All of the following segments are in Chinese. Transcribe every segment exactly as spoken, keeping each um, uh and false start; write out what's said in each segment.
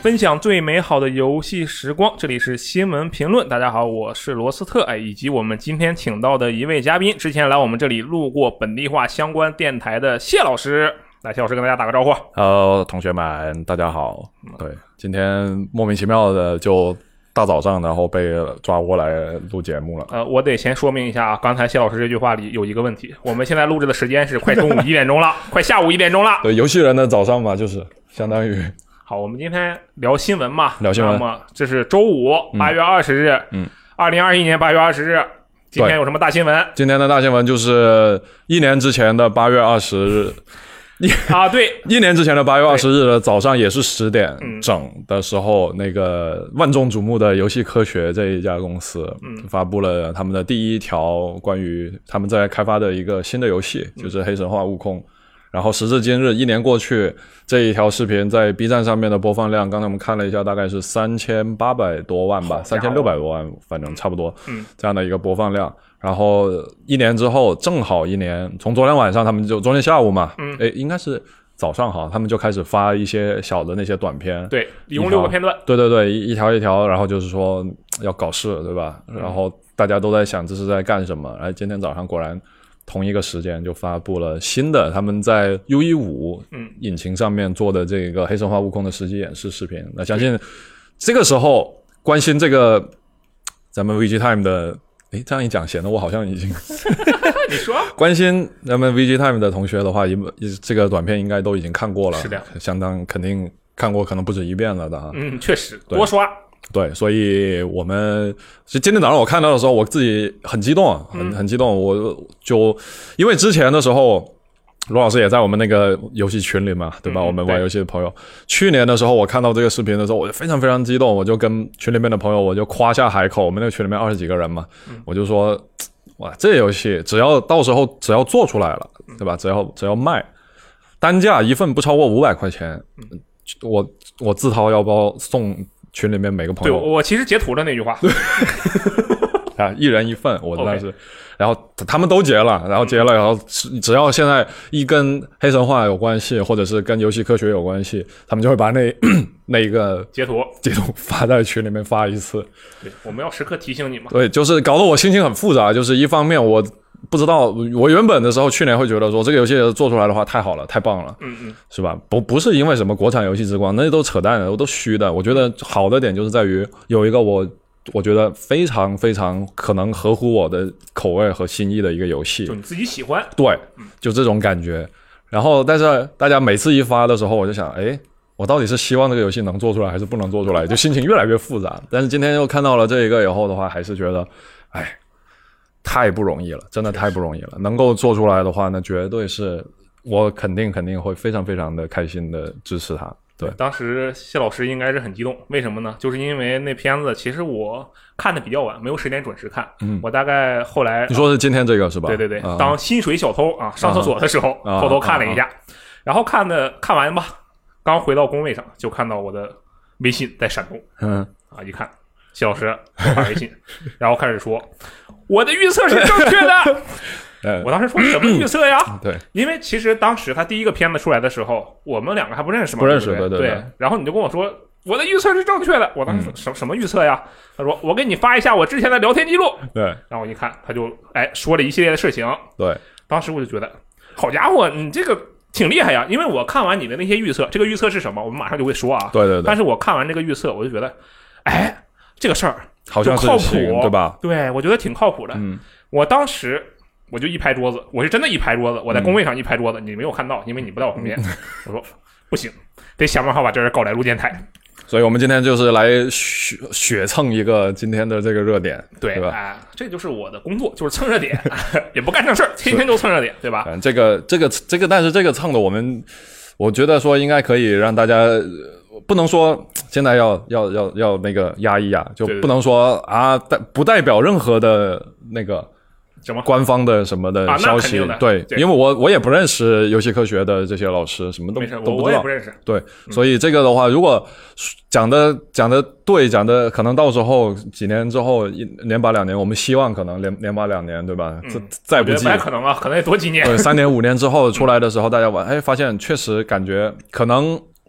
分享最美好的游戏时光，这里是新闻评论。大家好，我是罗斯特，哎，以及我们今天请到的一位嘉宾，之前来我们这里录过本地化相关电台的谢老师。来，谢老师跟大家打个招呼。 呃，同学们，大家好。对，今天莫名其妙的就大早上，然后被抓过来录节目了。 呃，我得先说明一下啊，刚才谢老师这句话里有一个问题，我们现在录制的时间是快中午一点钟了，快下午一点钟了。 对，游戏人的早上嘛，就是相当于。 好，我们今天聊新闻嘛， 聊新闻。 那么这是周五，八月二十日，嗯，二零二一年八月二十日，今天有什么大新闻？ 今天的大新闻就是一年之前的八月二十日。 啊，对， 一年之前的八月二十日的早上也是十点整的时候，那个万众瞩目的游戏科学这一家公司，嗯，发布了他们的第一条关于他们在开发的一个新的游戏，就是《黑神话：悟空》。然后时至今日，一年过去，这一条视频在 B 站上面的播放量，刚才我们看了一下，大概是三千八百多万吧，三千六百多万，反正差不多，嗯，这样的一个播放量。然后一年之后，正好一年，从昨天晚上他们就昨天下午嘛，嗯，诶，应该是早上哈，他们就开始发一些小的那些短片， 对，一共六个片段， 对对对，一条一条，然后就是说要搞事，对吧？嗯、然后大家都在想这是在干什么，然后今天早上果然。同一个时间就发布了新的他们在 U E 五 引擎上面做的这个黑神话悟空的实际演示视频。那相信这个时候关心这个咱们 V G Time 的，诶，这样一讲显得我好像已经你说关心咱们 V G Time 的同学的话，这个短片应该都已经看过了， 是的，相当肯定看过，可能不止一遍了的啊。 嗯，确实多刷。 对，所以我们其实今天早上我看到的时候，我自己很激动，很很激动。我就因为之前的时候，罗老师也在我们那个游戏群里嘛，对吧？嗯、我们玩游戏的朋友，去年的时候我看到这个视频的时候，我就非常非常激动，我就跟群里面的朋友，我就夸下海口。我们那个群里面二十几个人嘛，嗯、我就说，哇，这个游戏只要到时候只要做出来了，对吧？只要只要卖，单价一份不超过五百块钱，我我自掏腰包送。群里面每个朋友， 对，我其实截图了那句话， 啊，一人一份，我真的是， okay. 然后他们都截了，然后截了，然后只要现在一跟黑神话有关系，或者是跟游戏科学有关系，他们就会把那那一个截图截图发在群里面发一次。 对，我们要时刻提醒你嘛。 对，就是搞得我心情很复杂，就是一方面我。不知道，我原本的时候去年会觉得说这个游戏做出来的话太好了，太棒了，嗯嗯，是吧？不不是因为什么国产游戏之光，那些都扯淡的，都虚的。我觉得好的点就是在于有一个我我觉得非常非常可能合乎我的口味和心意的一个游戏， 就你自己喜欢， 对，就这种感觉。然后，但是大家每次一发的时候，我就想，哎，我到底是希望这个游戏能做出来，还是不能做出来？就心情越来越复杂。但是今天又看到了这一个以后的话，还是觉得，哎。太不容易了，真的太不容易了。能够做出来的话，那绝对是我肯定肯定会非常非常的开心的支持他。对， 当时谢老师应该是很激动，为什么呢？就是因为那片子其实我看的比较晚，没有时间准时看。嗯，我大概后来你说是今天这个是吧？ 对对对，啊、当薪水小偷啊上厕所的时候，啊、偷偷看了一下，啊啊、然后看的看完吧，刚回到工位上就看到我的微信在闪动。嗯，啊，一看谢老师给我发微信，然后开始说。我的预测是正确的，我当时说什么预测呀？ 对， 因为其实当时他第一个片子出来的时候，我们两个还不认识嘛， 不认识， 对对 对, 对, 对。然后你就跟我说我的预测是正确的，我当时说、嗯、什什么预测呀？他说我给你发一下我之前的聊天记录。 对， 然后我一看，他就哎说了一系列的事情。 对， 当时我就觉得，好家伙，你这个挺厉害呀！因为我看完你的那些预测，这个预测是什么？我们马上就会说啊。 对对对。 但是我看完这个预测，我就觉得，哎，这个事儿。 好像是靠谱， 对吧？ 对，我觉得挺靠谱的。嗯，我当时我就一拍桌子，我是真的一拍桌子，我在工位上一拍桌子，嗯、你没有看到，因为你不在我旁边。嗯、我说不行，得想办法把这人搞来录电台。 所以我们今天就是来血血蹭一个今天的这个热点， 对， 对吧？ 啊，这就是我的工作，就是蹭热点，也不干正事儿，天天都蹭热点，对吧？ 嗯，这个这个这个，但是这个蹭的我们，我觉得说应该可以让大家。不能说现在要要要要那个压一压，就不能说啊，代不代表任何的那个什么官方的什么的消息， 啊、 对，对，因为我我也不认识游戏科学的这些老师，什么都都不知道， 我也不认识， 对，嗯、所以这个的话，如果讲的讲的对，讲的可能到时候几年之后，一年把两年，我们希望可能连连把两年，对吧？ 嗯、 再不济， 不太可能啊，可能得多几年， 对，三年五年之后出来的时候，大家玩，哎，发现确实感觉可能。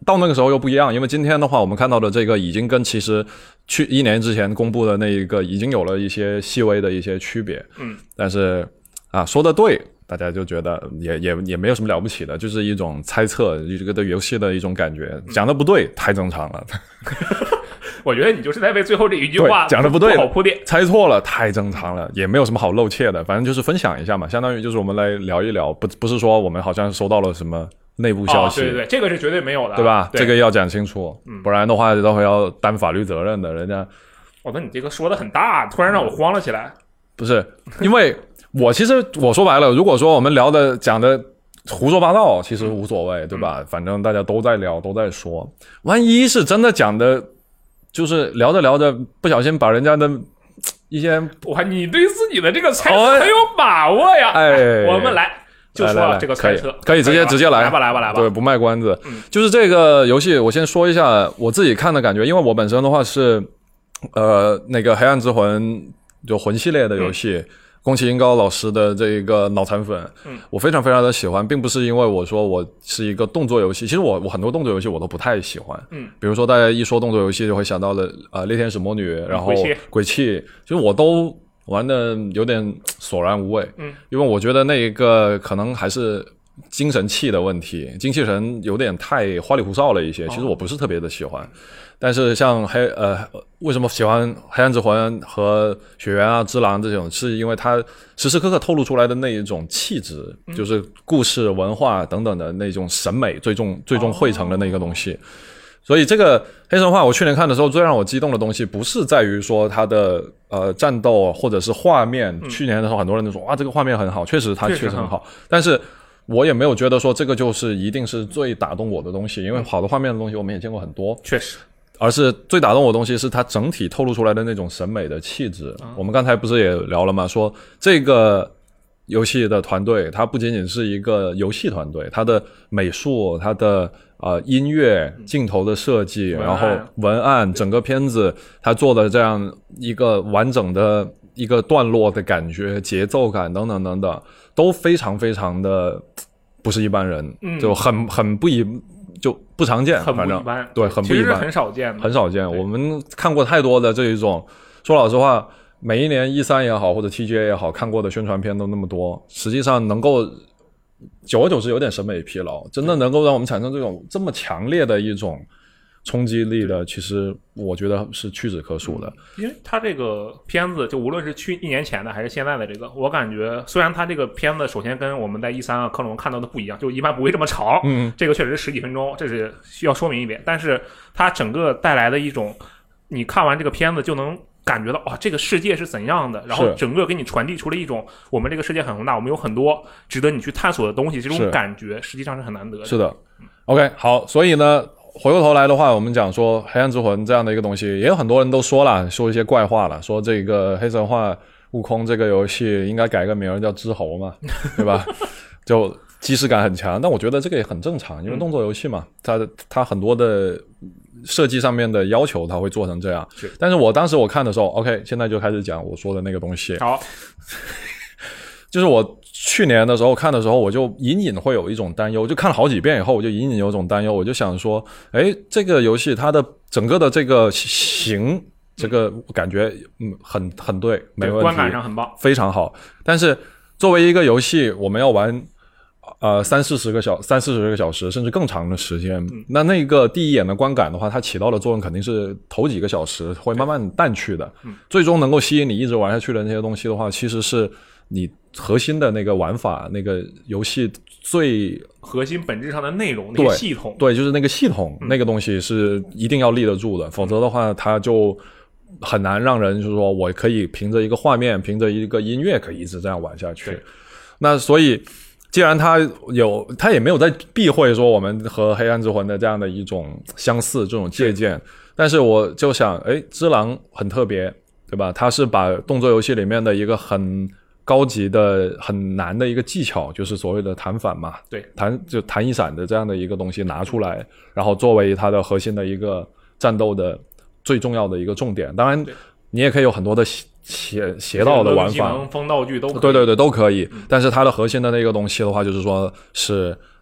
到那个时候又不一样，因为今天的话，我们看到的这个已经跟其实去一年之前公布的那一个已经有了一些细微的一些区别。 嗯， 但是啊，说的对，大家就觉得也也也没有什么了不起的，就是一种猜测，这个对游戏的一种感觉。讲的不对，太正常了。 我觉得你就是在为最后这一句话讲的不对， 不好铺垫， 猜错了，太正常了，也没有什么好露怯的，反正就是分享一下嘛，相当于就是我们来聊一聊，不不是说我们好像收到了什么内部消息， 哦、对对对，这个是绝对没有的， 对吧？ 对这个要讲清楚， 嗯、 不然的话都会要担法律责任的，人家。 我、哦、那你这个说的很大，突然让我慌了起来。 不是，因为我其实我说白了，如果说我们聊的讲的胡说八道，其实无所谓，嗯、对吧？反正大家都在聊，都在说，万一是真的讲的。就是聊着聊着，不小心把人家的一些哇，你对自己的这个猜测很有把握呀！ 哎， 我们来就说这个猜测， 可以直接直接来， 来吧来吧来吧， 对，不卖关子。 嗯、 就是这个游戏，我先说一下我自己看的感觉，因为我本身的话是呃那个黑暗之魂就魂系列的游戏。嗯宫崎英高老师的这一个脑残粉， 嗯， 我非常非常的喜欢，并不是因为我说我是一个动作游戏，其实我我很多动作游戏我都不太喜欢， 嗯， 比如说大家一说动作游戏就会想到了呃猎天使魔女，然后鬼泣，其实我都玩的有点索然无味， 嗯， 因为我觉得那一个可能还是精神气的问题，精气神有点太花里胡哨了一些，其实我不是特别的喜欢。哦，但是像黑呃，为什么喜欢黑暗之魂和血缘啊、之狼这种，是因为它时时刻刻透露出来的那一种气质，嗯、就是故事、文化等等的那种审美最终最终汇成的那个东西。哦、所以这个黑神话，我去年看的时候，最让我激动的东西，不是在于说它的呃战斗或者是画面。嗯、去年的时候，很多人都说哇，这个画面很好，确实它确实很好，但是。我也没有觉得说这个就是一定是最打动我的东西，因为好的画面的东西我们也见过很多， 确实， 而是最打动我的东西是它整体透露出来的那种审美的气质。嗯、我们刚才不是也聊了吗？说这个游戏的团队，它不仅仅是一个游戏团队，它的美术、它的呃音乐、镜头的设计， 嗯、 然后文案，整个片子它做的这样一个完整的一个段落的感觉、节奏感等等等等。都非常非常的不是一般人，嗯、就很很不一就不常见， 很不一般， 对，很不一般， 其实很少见的， 很少见。我们看过太多的这一种，说老实话，每一年 E 三 也好，或者 T G A 也好，看过的宣传片都那么多，实际上能够久而久之有点审美疲劳，真的能够让我们产生这种这么强烈的一种冲击力的，其实我觉得是屈指可数的。 因为他这个片子，就无论是去一年前的还是现在的这个，我感觉虽然他这个片子首先跟我们在 E 三 啊、科隆看到的不一样，就一般不会这么长， 嗯， 这个确实是十几分钟，这是需要说明一点。但是它整个带来的一种，你看完这个片子就能感觉到哇、哦，这个世界是怎样的，然后整个给你传递出了一种我们这个世界很宏大，我们有很多值得你去探索的东西，这种感觉实际上是很难得的。 是的 ，OK， 好，所以呢。回过头来的话，我们讲说黑暗之魂这样的一个东西，也有很多人都说了，说一些怪话了，说这个黑神话悟空这个游戏应该改个名叫之猴嘛，对吧？就即视感很强，但我觉得这个也很正常，因为动作游戏嘛，它它很多的设计上面的要求，它会做成这样。 是， 但是我当时我看的时候 ，OK， 现在就开始讲我说的那个东西。 好， 就是我去年的时候看的时候，我就隐隐会有一种担忧，就看了好几遍以后，我就隐隐有一种担忧，我就想说，诶，这个游戏它的整个的这个形，这个感觉嗯很很对，没问题， 观感上很棒， 非常好。但是作为一个游戏，我们要玩呃三四十个小三四十个小时，甚至更长的时间，嗯、那那个第一眼的观感的话，它起到的作用肯定是头几个小时会慢慢淡去的， 嗯、 最终能够吸引你一直玩下去的那些东西的话，其实是你核心的那个玩法，那个游戏最核心本质上的内容，那个系统， 对，就是那个系统，嗯、那个东西是一定要立得住的，否则的话，它就很难让人就是说我可以凭着一个画面，凭着一个音乐，可以一直这样玩下去。那所以，既然它有，它也没有在避讳说我们和黑暗之魂的这样的一种相似，这种借鉴，但是我就想，诶，只狼很特别，对吧？它是把动作游戏里面的一个很高级的很难的一个技巧，就是所谓的弹反嘛， 对， 弹就弹一闪的这样的一个东西拿出来，然后作为它的核心的一个战斗的最重要的一个重点。当然你也可以有很多的邪邪道的玩法， 风道具都可以， 对对对都可以、嗯、但是它的核心的那个东西的话，就是说是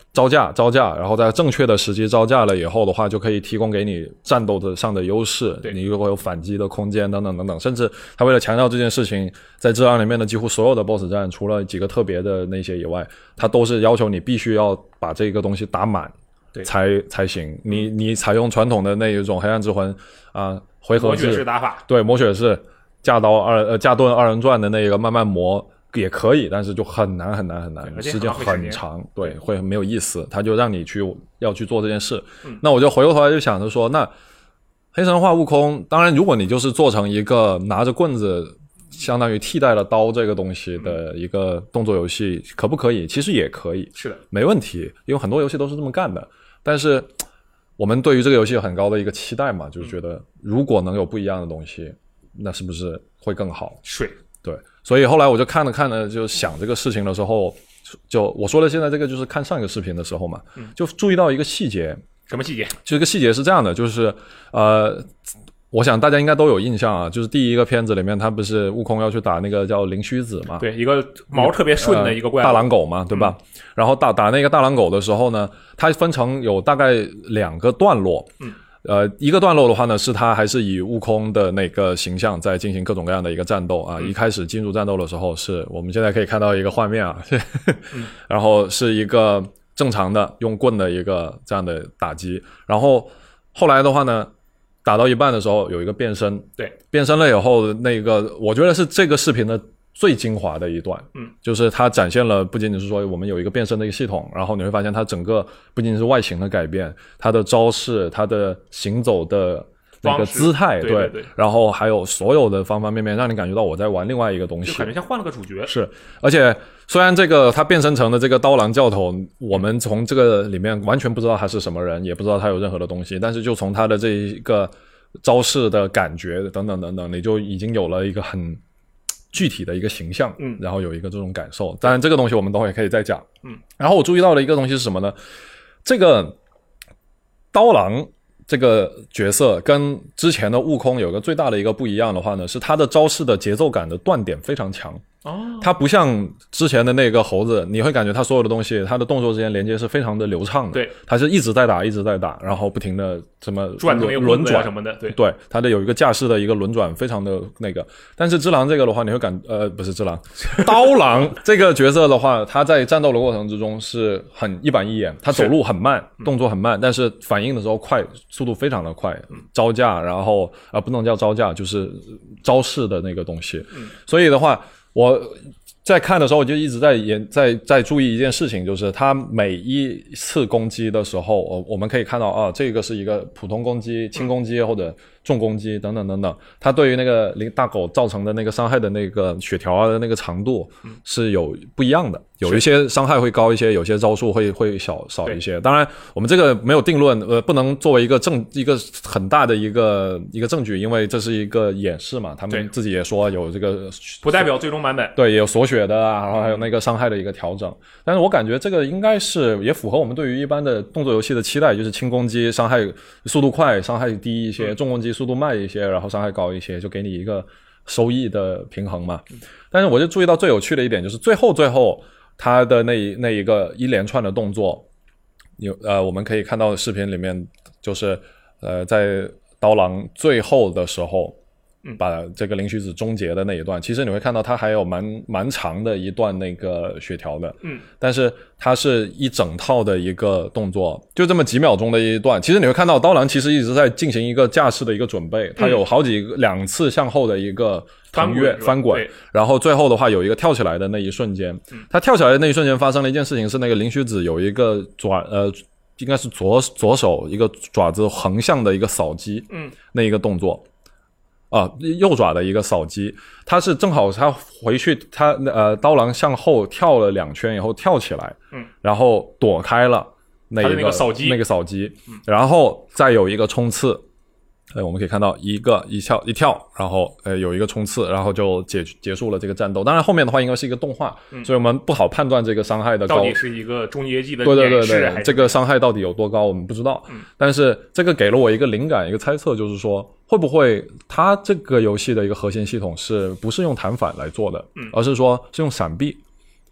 招架招架，然后在正确的时机招架了以后的话，就可以提供给你战斗的上的优势，你如果有反击的空间等等等等。甚至他为了强调这件事情，在质量里面的几乎所有的 boss 战，除了几个特别的那些以外，他都是要求你必须要把这个东西打满才才行。你你采用传统的那一种黑暗之魂啊、呃、回合制磨血式打法， 对，磨血式架刀二呃架盾二人转的那个慢慢磨也可以，但是就很难很难很难，时间很长，对，会很没有意思。他就让你去要去做这件事、嗯、那我就回过头来就想着说，那黑神话悟空，当然如果你就是做成一个拿着棍子相当于替代了刀这个东西的一个动作游戏、嗯、可不可以？其实也可以， 是的， 没问题，因为很多游戏都是这么干的。但是我们对于这个游戏有很高的一个期待嘛，就是觉得如果能有不一样的东西，那是不是会更好？ 是， 对。所以后来我就看了看了，就想这个事情的时候，就我说的现在这个就是看上一个视频的时候嘛，嗯、就注意到一个细节。 什么细节？ 这个细节是这样的，就是呃，我想大家应该都有印象啊，就是第一个片子里面，他不是悟空要去打那个叫灵虚子嘛？ 对，一个毛特别顺的一个怪物、 呃、大狼狗嘛，对吧？嗯、然后打打那个大狼狗的时候呢，它分成有大概两个段落。嗯。呃，一个段落的话呢，是他还是以悟空的那个形象在进行各种各样的一个战斗啊。嗯、一开始进入战斗的时候，是我们现在可以看到一个画面啊，嗯、然后是一个正常的用棍的一个这样的打击。然后后来的话呢，打到一半的时候有一个变身， 对，变身了以后，那个我觉得是这个视频的最精华的一段，嗯，就是它展现了不仅仅是说我们有一个变身的一个系统，然后你会发现它整个不仅仅是外形的改变，它的招式，它的行走的那个姿态， 对对对， 然后还有所有的方方面面，让你感觉到我在玩另外一个东西， 就感觉像换了个主角。 是，而且虽然这个他变身成的这个刀郎教头，我们从这个里面完全不知道他是什么人，也不知道他有任何的东西，但是就从他的这一个招式的感觉等等等等，你就已经有了一个很具体的一个形象，嗯，然后有一个这种感受。当然这个东西我们等会也可以再讲，嗯。然后我注意到的一个东西是什么呢？这个刀郎这个角色跟之前的悟空有个最大的一个不一样的话呢，是他的招式的节奏感的断点非常强。哦，他不像之前的那个猴子，你会感觉他所有的东西，他的动作之间连接是非常的流畅的。 对， 他是一直在打，一直在打，然后不停的什么转轮转什么的。对， 对，他的有一个架势的一个轮转，非常的那个。但是只狼这个的话，你会感呃不是只狼，刀郎这个角色的话，他在战斗的过程之中是很一板一眼，他走路很慢，动作很慢，但是反应的时候快，速度非常的快，招架，然后啊、呃、不能叫招架，就是招式的那个东西。嗯、所以的话。我在看的时候，我就一直在研在在注意一件事情，就是他每一次攻击的时候，我我们可以看到啊，这个是一个普通攻击、轻攻击或者重攻击等等等等，它对于那个大狗造成的那个伤害的那个血条啊的那个长度是有不一样的，有一些伤害会高一些，有些招数会会小少一些。当然，我们这个没有定论，呃，不能作为一个证一个很大的一个一个证据，因为这是一个演示嘛，他们自己也说有这个不代表最终版本， 对，也有锁血的啊，然后还有那个伤害的一个调整。但是我感觉这个应该是也符合我们对于一般的动作游戏的期待，就是轻攻击伤害速度快，伤害低一些，重攻击速度慢一些，然后伤害高一些，就给你一个收益的平衡嘛。但是我就注意到最有趣的一点就是最后最后他的那一那一个一连串的动作，有呃我们可以看到视频里面就是呃在刀郎最后的时候。把这个灵虚子终结的那一段，其实你会看到它还有蛮蛮长的一段那个血条的，嗯，但是它是一整套的一个动作，就这么几秒钟的一段。其实你会看到刀郎其实一直在进行一个架势的一个准备，他有好几两次向后的一个腾跃翻滚，然后最后的话有一个跳起来的那一瞬间，他跳起来的那一瞬间发生了一件事情，是那个灵虚子有一个爪呃应该是左左手一个爪子横向的一个扫击，嗯，那一个动作。啊，右爪的一个扫击，他是正好他回去，他呃刀郎向后跳了两圈以后跳起来，嗯，然后躲开了那一个那个扫击， 那个扫击，嗯，然后再有一个冲刺，呃，我们可以看到一个一跳一跳，然后呃有一个冲刺，然后就结结束了这个战斗。当然后面的话应该是一个动画，嗯，所以我们不好判断这个伤害的高到底是一个中阶级的对对对对，这个伤害到底有多高我们不知道，嗯，但是这个给了我一个灵感，一个猜测，就是说会不会它这个游戏的一个核心系统是不是用弹反来做的，嗯，而是说是用闪避。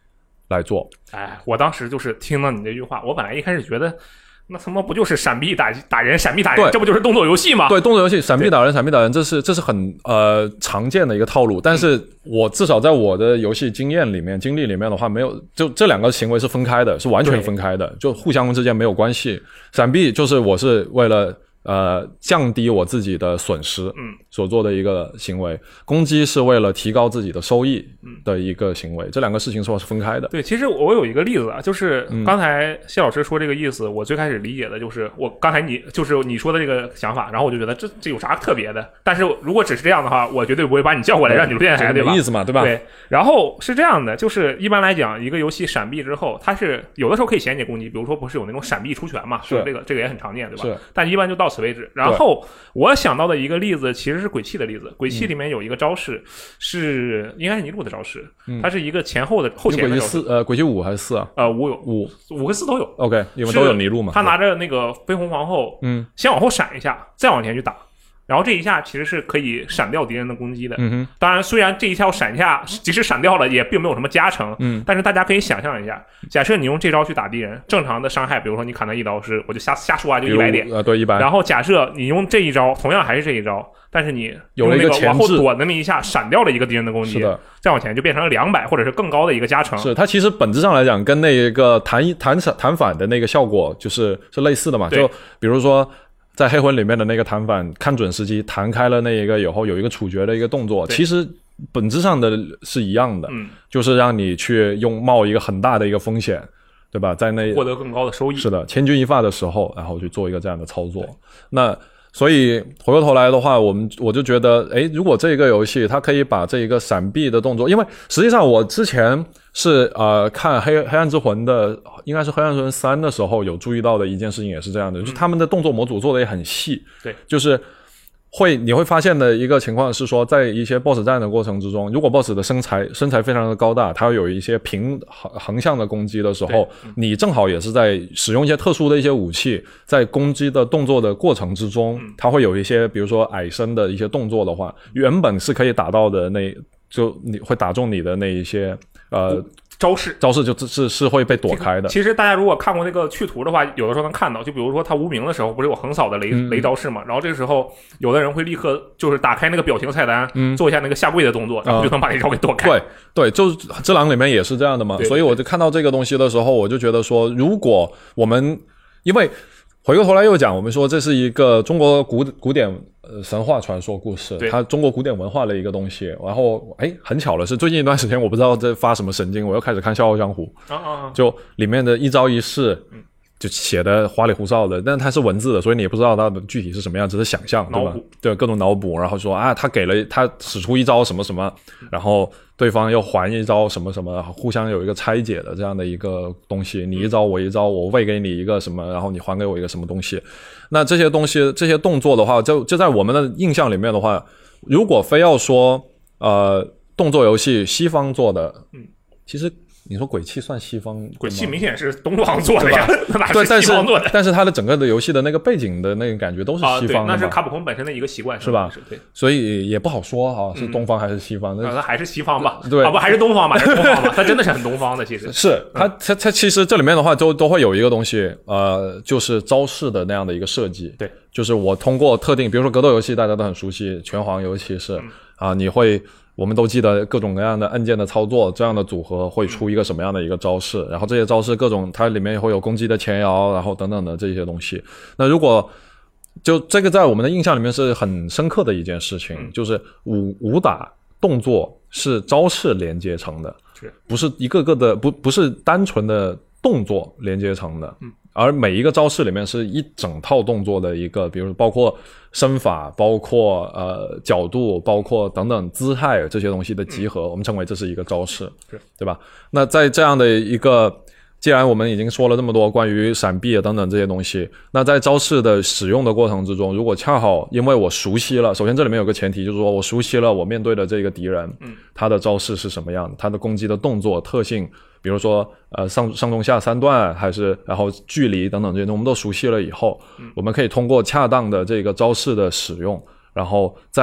来做。 哎，我当时就是听到你这句话，我本来一开始觉得那他妈不就是闪避打打人，闪避打人，这不就是动作游戏吗？ 对，动作游戏，闪避打人，闪避打人，这是这是很呃常见的一个套路。但是我至少在我的游戏经验里面、经历里面的话，没有，就这两个行为是分开的，是完全分开的，就互相之间没有关系。闪避就是我是为了呃降低我自己的损失，嗯，所做的一个行为。攻击是为了提高自己的收益的一个行为，嗯、这两个事情是分开的。 对，其实我有一个例子啊，就是刚才谢老师说这个意思，嗯、我最开始理解的就是我刚才你就是你说的这个想法，然后我就觉得这这有啥特别的？但是如果只是这样的话，我绝对不会把你叫过来让你练台，对吧？ 没意思嘛，对吧？ 对。然后是这样的，就是一般来讲，一个游戏闪避之后，它是有的时候可以衔接攻击，比如说不是有那种闪避出拳嘛，是这个这个也很常见，对吧？ 是。 但一般就到此为止。然后我想到的一个例子其实是鬼泣的例子，鬼泣里面有一个招式是应该是尼禄的招式，嗯、它是一个前后的后前的招式。 呃，鬼泣五还是四啊？ 呃，五有五五跟四都有。 OK， 你们都有尼禄嘛？ 他拿着那个绯红皇后，嗯，先往后闪一下，再往前去打。然后这一下其实是可以闪掉敌人的攻击的，嗯哼。当然，虽然这一下闪下，即使闪掉了，也并没有什么加成，嗯。但是大家可以想象一下，假设你用这招去打敌人，正常的伤害，比如说你砍他一刀是，我就瞎瞎说啊，就一百点， 呃，对，一百。 然后假设你用这一招，同样还是这一招，但是你用那个往后躲的那一下，闪掉了一个敌人的攻击， 是的， 再往前就变成了两百或者是更高的一个加成。 是，它其实本质上来讲，跟那一个弹弹弹反的那个效果就是是类似的嘛，就比如说。在黑魂里面的那个弹反看准时机弹开了那一个以后有一个处决的一个动作，其实本质上的是一样的，嗯，就是让你去用冒一个很大的一个风险，对吧？在那获得更高的收益。 是的，千钧一发的时候，然后去做一个这样的操作。那所以回过头来的话，我们我就觉得，诶，如果这个游戏它可以把这一个闪避的动作，因为实际上我之前是呃看黑黑暗之魂的，应该是黑暗之魂三的时候有注意到的一件事情也是这样的，嗯、就是他们的动作模组做的也很细， 对， 就是会你会发现的一个情况是说，在一些 boss 战的过程之中，如果 boss 的身材身材非常的高大，它有一些平横横向的攻击的时候，嗯、你正好也是在使用一些特殊的一些武器，在攻击的动作的过程之中，嗯、它会有一些比如说矮身的一些动作的话，原本是可以打到的那就你会打中你的那一些呃。 招式招式就是是会被躲开的。 其实大家如果看过那个去图的话，有的时候能看到，就比如说他无名的时候，不是有横扫的雷、嗯、雷招式嘛？然后这个时候，有的人会立刻就是打开那个表情菜单，嗯、做一下那个下跪的动作，然后就能把这招给躲开。 对对，就是只狼里面也是这样的嘛。 对对对， 所以我就看到这个东西的时候，我就觉得说，如果我们因为回过头来又讲，我们说这是一个中国古古典呃神话传说故事，它中国古典文化的一个东西。然后哎，很巧的是，最近一段时间我不知道在发什么神经，我又开始看《笑傲江湖》 啊啊， 就里面的一招一式，嗯，就写的花里胡哨的，但是它是文字的，所以你也不知道它的具体是什么样，只是想象，对吧？对，各种脑补，然后说啊，他给了他使出一招什么什么，然后对方又还一招什么什么，互相有一个拆解的这样的一个东西，你一招我一招，我喂给你一个什么，然后你还给我一个什么东西。那这些东西这些动作的话，就就在我们的印象里面的话，如果非要说呃动作游戏西方做的，嗯，其实你说鬼泣算西方？ 鬼泣明显是东方做的呀， 对，但是但是它的整个的游戏的那个背景的那个感觉都是西方的、 啊、对，那是卡普空本身的一个习惯， 是吧？ 是对， 所以也不好说哈、啊，是东方还是西方？那、 嗯啊、还是西方吧？ 对， 啊不还是东方吧？还是东方吧？它真的是很东方的，其实是它它它其实这里面的话都都会有一个东西，呃，就是招式的那样的一个设计。 对， 就是我通过特定，比如说格斗游戏，大家都很熟悉，拳皇尤其是、嗯、啊，你会。我们都记得各种各样的按键的操作，这样的组合会出一个什么样的一个招式，然后这些招式各种它里面也会有攻击的前摇，然后等等的这些东西。那如果就这个在我们的印象里面是很深刻的一件事情，嗯、就是武武打动作是招式连接成的，不是一个个的不不是单纯的动作连接成的。嗯，而每一个招式里面是一整套动作的一个，比如包括身法，包括呃角度，包括等等姿态这些东西的集合，嗯、我们称为这是一个招式，对吧？那在这样的一个，既然我们已经说了这么多关于闪避啊等等这些东西，那在招式的使用的过程之中，如果恰好因为我熟悉了，首先这里面有个前提，就是说我熟悉了我面对的这个敌人，嗯，他的招式是什么样的，他的攻击的动作特性。比如说呃上上中下三段还是然后距离等等这些我们都熟悉了以后、嗯、我们可以通过恰当的这个招式的使用，然后在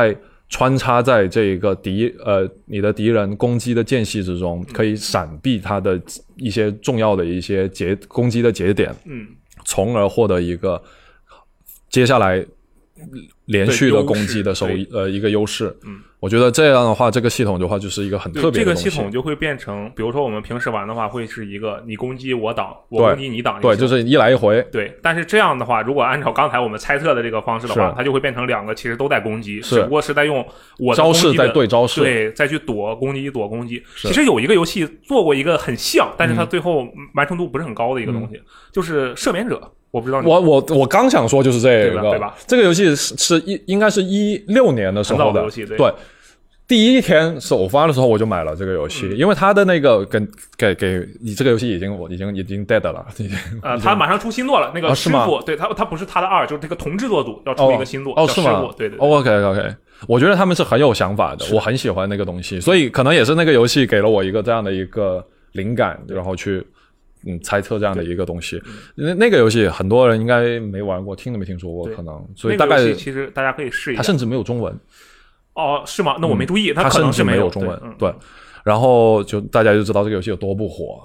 穿插在这个敌呃你的敌人攻击的间隙之中，可以闪避他的一些重要的一些节攻击的节点， 嗯， 从而获得一个接下来连续的攻击的收益呃一个优势。嗯，我觉得这样的话，这个系统的话就是一个很特别的东西。 这个系统就会变成，比如说我们平时玩的话，会是一个你攻击我挡，我攻击你挡， 对，就是一来一回。 对，但是这样的话，如果按照刚才我们猜测的这个方式的话，它就会变成两个其实都在攻击，只不过是在用我的招式在对招式， 对，再去躲攻击躲攻击。其实有一个游戏做过一个很像，但是它最后完成度不是很高的一个东西，嗯、就是赦免者。我不知道你我我我刚想说就是这个， 对吧？ 这个游戏是是一应该是一六年的时候的游戏，对。 对，第一天首发的时候我就买了这个游戏，嗯、因为它的那个跟给给你这个游戏已经我已经已经 dead 了，已经呃，他马上出新作了，那个师傅， 啊、 对他他不是他的二，就是这个同制作组要出一个新作， 哦，哦是吗？ 对对对、 哦、，OK OK， 我觉得他们是很有想法的，我很喜欢那个东西，所以可能也是那个游戏给了我一个这样的一个灵感，然后去。嗯，猜测这样的一个东西，那那个游戏很多人应该没玩过，听都没听说过，可能，所以大概、 那个、其实大家可以试一下。 它甚至没有中文。 哦，是吗？那我没注意， 嗯、它可能是没有中文。对，对然后就大家就知道这个游戏有多不火。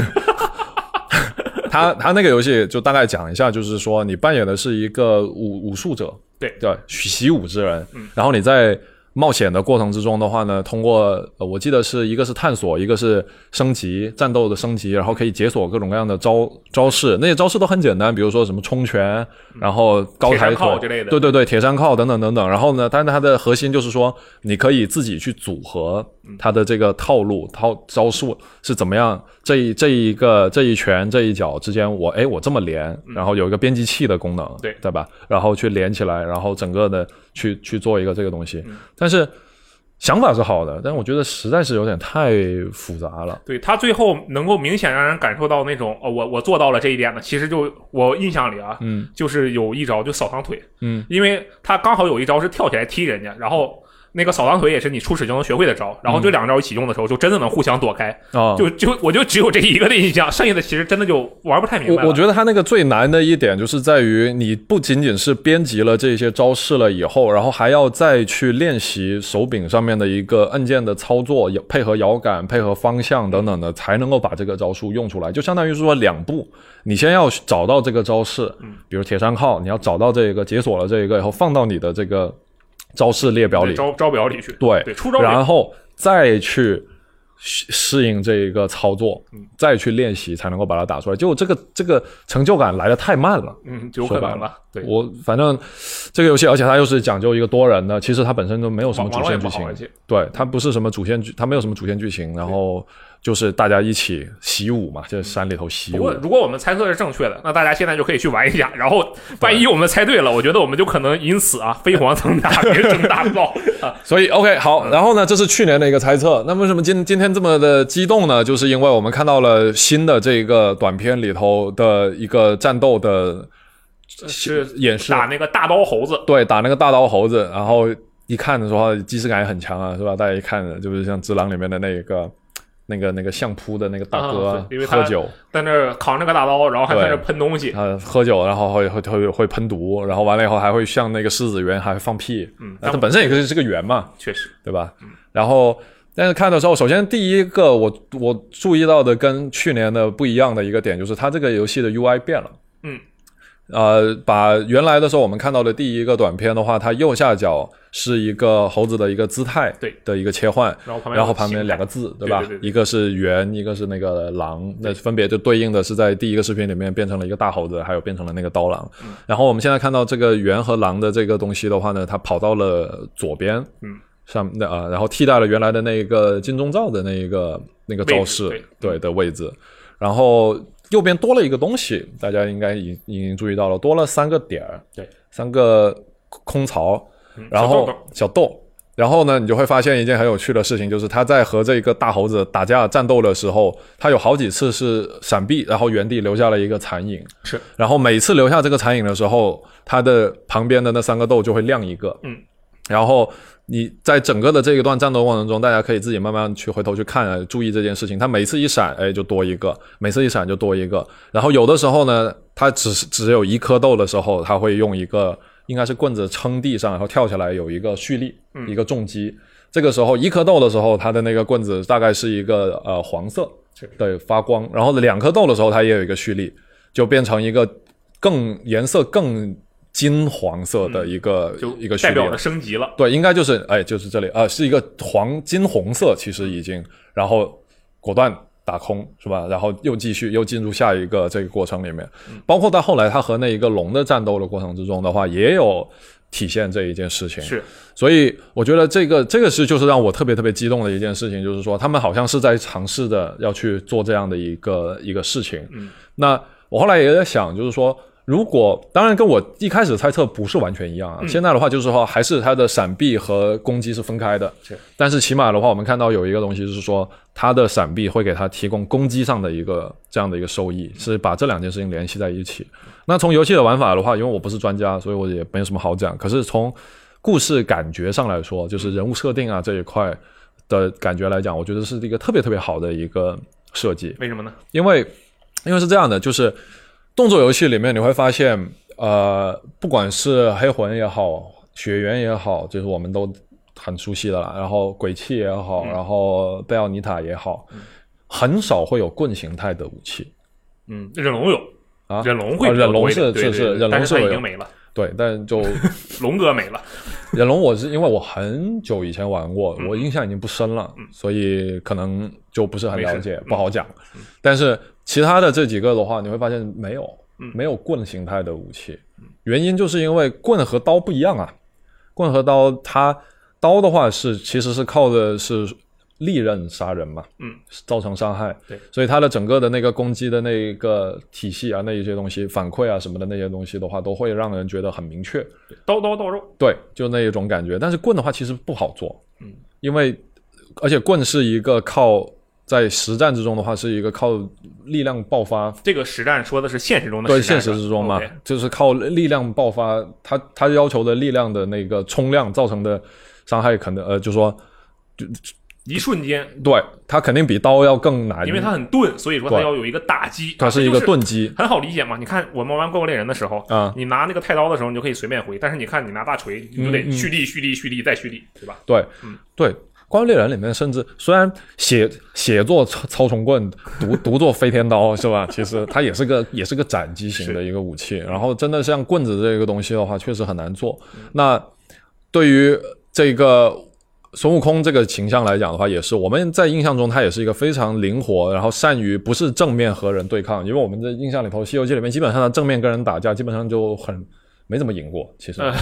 他他那个游戏就大概讲一下，就是说你扮演的是一个武武术者， 对对，习武之人， 嗯、 然后你在。冒险的过程之中的话呢，通过呃，我记得是一个是探索，一个是升级战斗的升级，然后可以解锁各种各样的招招式，那些招式都很简单，比如说什么冲拳，然后高抬腿之类的， 对对对，铁山靠等等等等。然后呢，但是它的核心就是说，你可以自己去组合它的这个套路、套招数是怎么样，这一这一个这一拳这一脚之间，我哎我这么连，然后有一个编辑器的功能， 对对吧？然后去连起来，然后整个的去去做一个这个东西。但是想法是好的，但我觉得实在是有点太复杂了。 对，他最后能够明显让人感受到那种，哦，我我做到了这一点呢。其实就我印象里啊， 嗯， 就是有一招就扫堂腿， 嗯， 因为他刚好有一招是跳起来踢人家，然后那个扫堂腿也是你初始就能学会的招，然后这两招一起用的时候，就真的能互相躲开。 哦、 就就我就只有这一个的印象，剩下的其实真的就玩不太明白了。 我我觉得他那个最难的一点就是在于，你不仅仅是编辑了这些招式了以后，然后还要再去练习手柄上面的一个按键的操作，配合摇杆、配合方向等等的，才能够把这个招数用出来。就相当于说两步，你先要找到这个招式，比如铁山靠，你要找到这个解锁了这个以后，放到你的这个。招式列表里， 招招表里去， 对， 对，出招， 然后再去适应这个操作，嗯，再去练习才能够把它打出来。就这个这个成就感来得太慢了， 嗯，有可能了。对， 我反正这个游戏，而且它又是讲究一个多人的，其实它本身都没有什么主线剧情，对，它不是什么主线剧，它没有什么主线剧情，然后。就是大家一起习武嘛，就是山里头习武。 不过如果我们猜测是正确的，那大家现在就可以去玩一下。然后万一我们猜对了，我觉得我们就可能因此啊飞黄腾达，别争大造啊。 所以 OK 好，然后呢，这是去年的一个猜测。那为什么今今天这么的激动呢？就是因为我们看到了新的这个短片里头的一个战斗的是演示， 打那个大刀猴子， 对，打那个大刀猴即然后一看的时候，即视感也很强啊，是吧？大家一看就是像《只狼》里面的那个。那个那个相扑的那个大哥、啊、喝酒， 在那扛着个大刀，然后还在那喷东西。 他喝酒，然后会会会会喷毒，然后完了以后还会像那个狮子猿还会放屁。 嗯， 它本身也是个猿嘛， 确实， 对吧？ 嗯， 然后但是看的时候，首先第一个我我注意到的跟去年的不一样的一个点就是它这个游戏的 U I 变了。 嗯。 呃，把原来的时候我们看到的第一个短片的话，它右下角是一个猴子的一个姿态的一个切换， 然后旁边然后旁边两个字，对吧？ 对对对， 一个是猿，一个是那个狼，那分别就对应的是在第一个视频里面变成了一个大猴子，还有变成了那个刀郎。 嗯、 然后我们现在看到这个猿和狼的这个东西的话呢，它跑到了左边， 嗯， 上那啊、呃，然后替代了原来的那个金钟罩的那一个那个招式， 对对的位置，然后。右边多了一个东西，大家应该已已经注意到了，多了三个点儿， 对， 三个空槽，然后小豆，然后呢，你就会发现一件很有趣的事情，就是他在和这个大猴子打架战斗的时候，他有好几次是闪避，然后原地留下了一个残影， 是， 然后每次留下这个残影的时候，他的旁边的那三个豆就会亮一个， 嗯， 然后。你在整个的这一段战斗过程中，大家可以自己慢慢去回头去看，注意这件事情。它每次一闪，哎，就多一个；每次一闪就多一个。然后有的时候呢，它只只有一颗豆的时候，它会用一个应该是棍子撑地上，然后跳下来有一个蓄力、嗯、一个重击。这个时候一颗豆的时候，它的那个棍子大概是一个呃黄色的发光，然后两颗豆的时候它也有一个蓄力，就变成一个更颜色更金黄色的一个、嗯、一个蓄力， 代表的升级了。 对，应该就是哎就是这里呃是一个黄金红色，其实已经，然后果断打空是吧？然后又继续又进入下一个这个过程里面，嗯、包括到后来他和那一个龙的战斗的过程之中的话，也有体现这一件事情。 是， 所以我觉得这个这个是就是让我特别特别激动的一件事情，就是说他们好像是在尝试的要去做这样的一个一个事情。 嗯， 那我后来也在想，就是说。如果当然跟我一开始猜测不是完全一样啊、嗯，现在的话就是说还是它的闪避和攻击是分开的， 是， 但是起码的话我们看到有一个东西是说它的闪避会给它提供攻击上的一个这样的一个收益，是把这两件事情联系在一起。那从游戏的玩法的话，因为我不是专家，所以我也没有什么好讲，可是从故事感觉上来说，就是人物设定啊这一块的感觉来讲，我觉得是一个特别特别好的一个设计。 为什么呢？ 因为因为是这样的，就是动作游戏里面你会发现呃，不管是黑魂也好，血缘也好，就是我们都很熟悉的啦，然后鬼泣也好、嗯、然后贝奥尼塔也好、嗯、很少会有棍形态的武器。 嗯，忍龙有啊， 忍龙会、 啊、忍龙是对对对是是忍龙是已经没了。 对，但就龙哥没了。 忍龙我是因为我很久以前玩过、嗯、我印象已经不深了、 嗯、 所以可能就不是很了解，不好讲、嗯、但是其他的这几个的话你会发现没有、嗯、没有棍形态的武器、嗯、原因就是因为棍和刀不一样啊。棍和刀它刀的话是其实是靠的是利刃杀人嘛， 嗯， 造成伤害， 对， 所以它的整个的那个攻击的那个体系啊，那一些东西反馈啊什么的那些东西的话，都会让人觉得很明确， 刀刀到肉， 对，就那一种感觉。但是棍的话其实不好做， 嗯， 因为而且棍是一个靠在实战之中的话是一个靠力量爆发， 这个实战说的是现实中的实战， 对，现实之中嘛， okay. 就是靠力量爆发，它它要求的力量的那个冲量造成的伤害可能呃，就说就。 一瞬间， 对，它肯定比刀要更难， 因为它很钝，所以说它要有一个打击， 它是一个钝击， 很好理解嘛。你看我们玩怪物猎人的时候，啊、嗯，你拿那个太刀的时候，你就可以随便挥，但是你看你拿大锤，你就得蓄力、蓄力、蓄力再蓄力，对吧？ 对， 嗯， 对。怪物猎人里面甚至虽然写写作操虫棍，读读作飞天刀是吧？其实它也是个也是个斩击型的一个武器，然后真的像棍子这个东西的话，确实很难做。嗯、那对于这个。孙悟空这个形象来讲的话，也是我们在印象中他也是一个非常灵活，然后善于不是正面和人对抗，因为我们的印象里头西游记里面基本上他正面跟人打架基本上就很没怎么赢过，其实、嗯、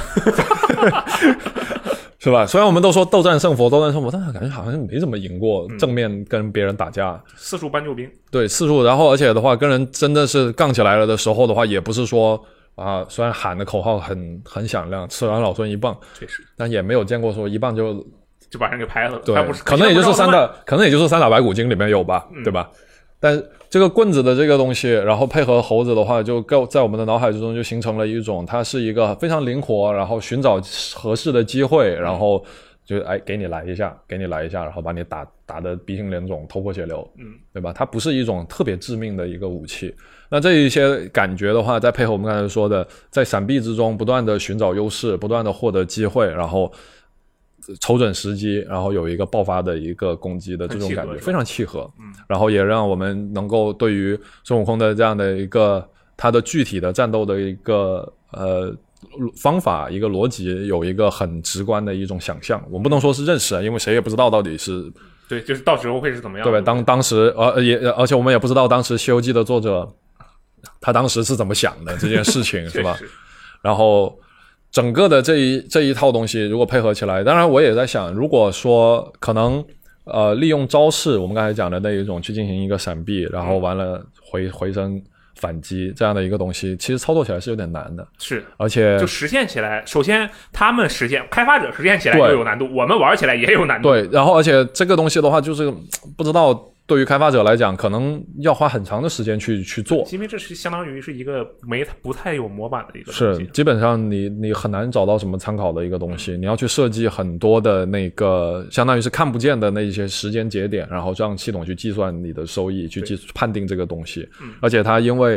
是吧？虽然我们都说斗战胜佛斗战胜佛，但是感觉好像没怎么赢过正面跟别人打架、嗯、 四处搬救兵，对， 四处，然后而且的话跟人真的是杠起来了的时候的话，也不是说啊，虽然喊的口号很很响亮，吃完老孙一棒， 确实， 但也没有见过说一棒就就把人给拍了， 对， 他不是可能也就是三打，可能也就是三打白骨精里面有吧、嗯，对吧？但这个棍子的这个东西，然后配合猴子的话，就在我们的脑海之中就形成了一种，它是一个非常灵活，然后寻找合适的机会，然后就哎给你来一下，给你来一下，然后把你打打得鼻青脸肿、头破血流，嗯，对吧？它不是一种特别致命的一个武器。那这一些感觉的话，再配合我们刚才说的，在闪避之中不断的寻找优势，不断的获得机会，然后瞅准时机，然后有一个爆发的一个攻击的这种感觉，非常契合。嗯，然后也让我们能够对于孙悟空的这样的一个他的具体的战斗的一个呃方法、一个逻辑，有一个很直观的一种想象。我不能说是认识，因为谁也不知道到底是对，就是到时候会是怎么样的。 对，当当时呃也而且我们也不知道当时《西游记》的作者他当时是怎么想的这件事情，是吧？然后。整个的这一这一套东西如果配合起来，当然我也在想，如果说可能呃利用招式，我们刚才讲的那一种去进行一个闪避，然后完了回回身反击这样的一个东西，其实操作起来是有点难的。 是， 而且就实现起来，首先他们实现开发者实现起来就有难度，我们玩起来也有难度。 对，然后而且这个东西的话，就是不知道。对于开发者来讲，可能要花很长的时间去去做， 因为这是相当于是一个没不太有模板的一个东西， 是基本上你你很难找到什么参考的一个东西，嗯、你要去设计很多的那个相当于是看不见的那一些时间节点，然后让系统去计算你的收益，去计判定这个东西。嗯、而且它因为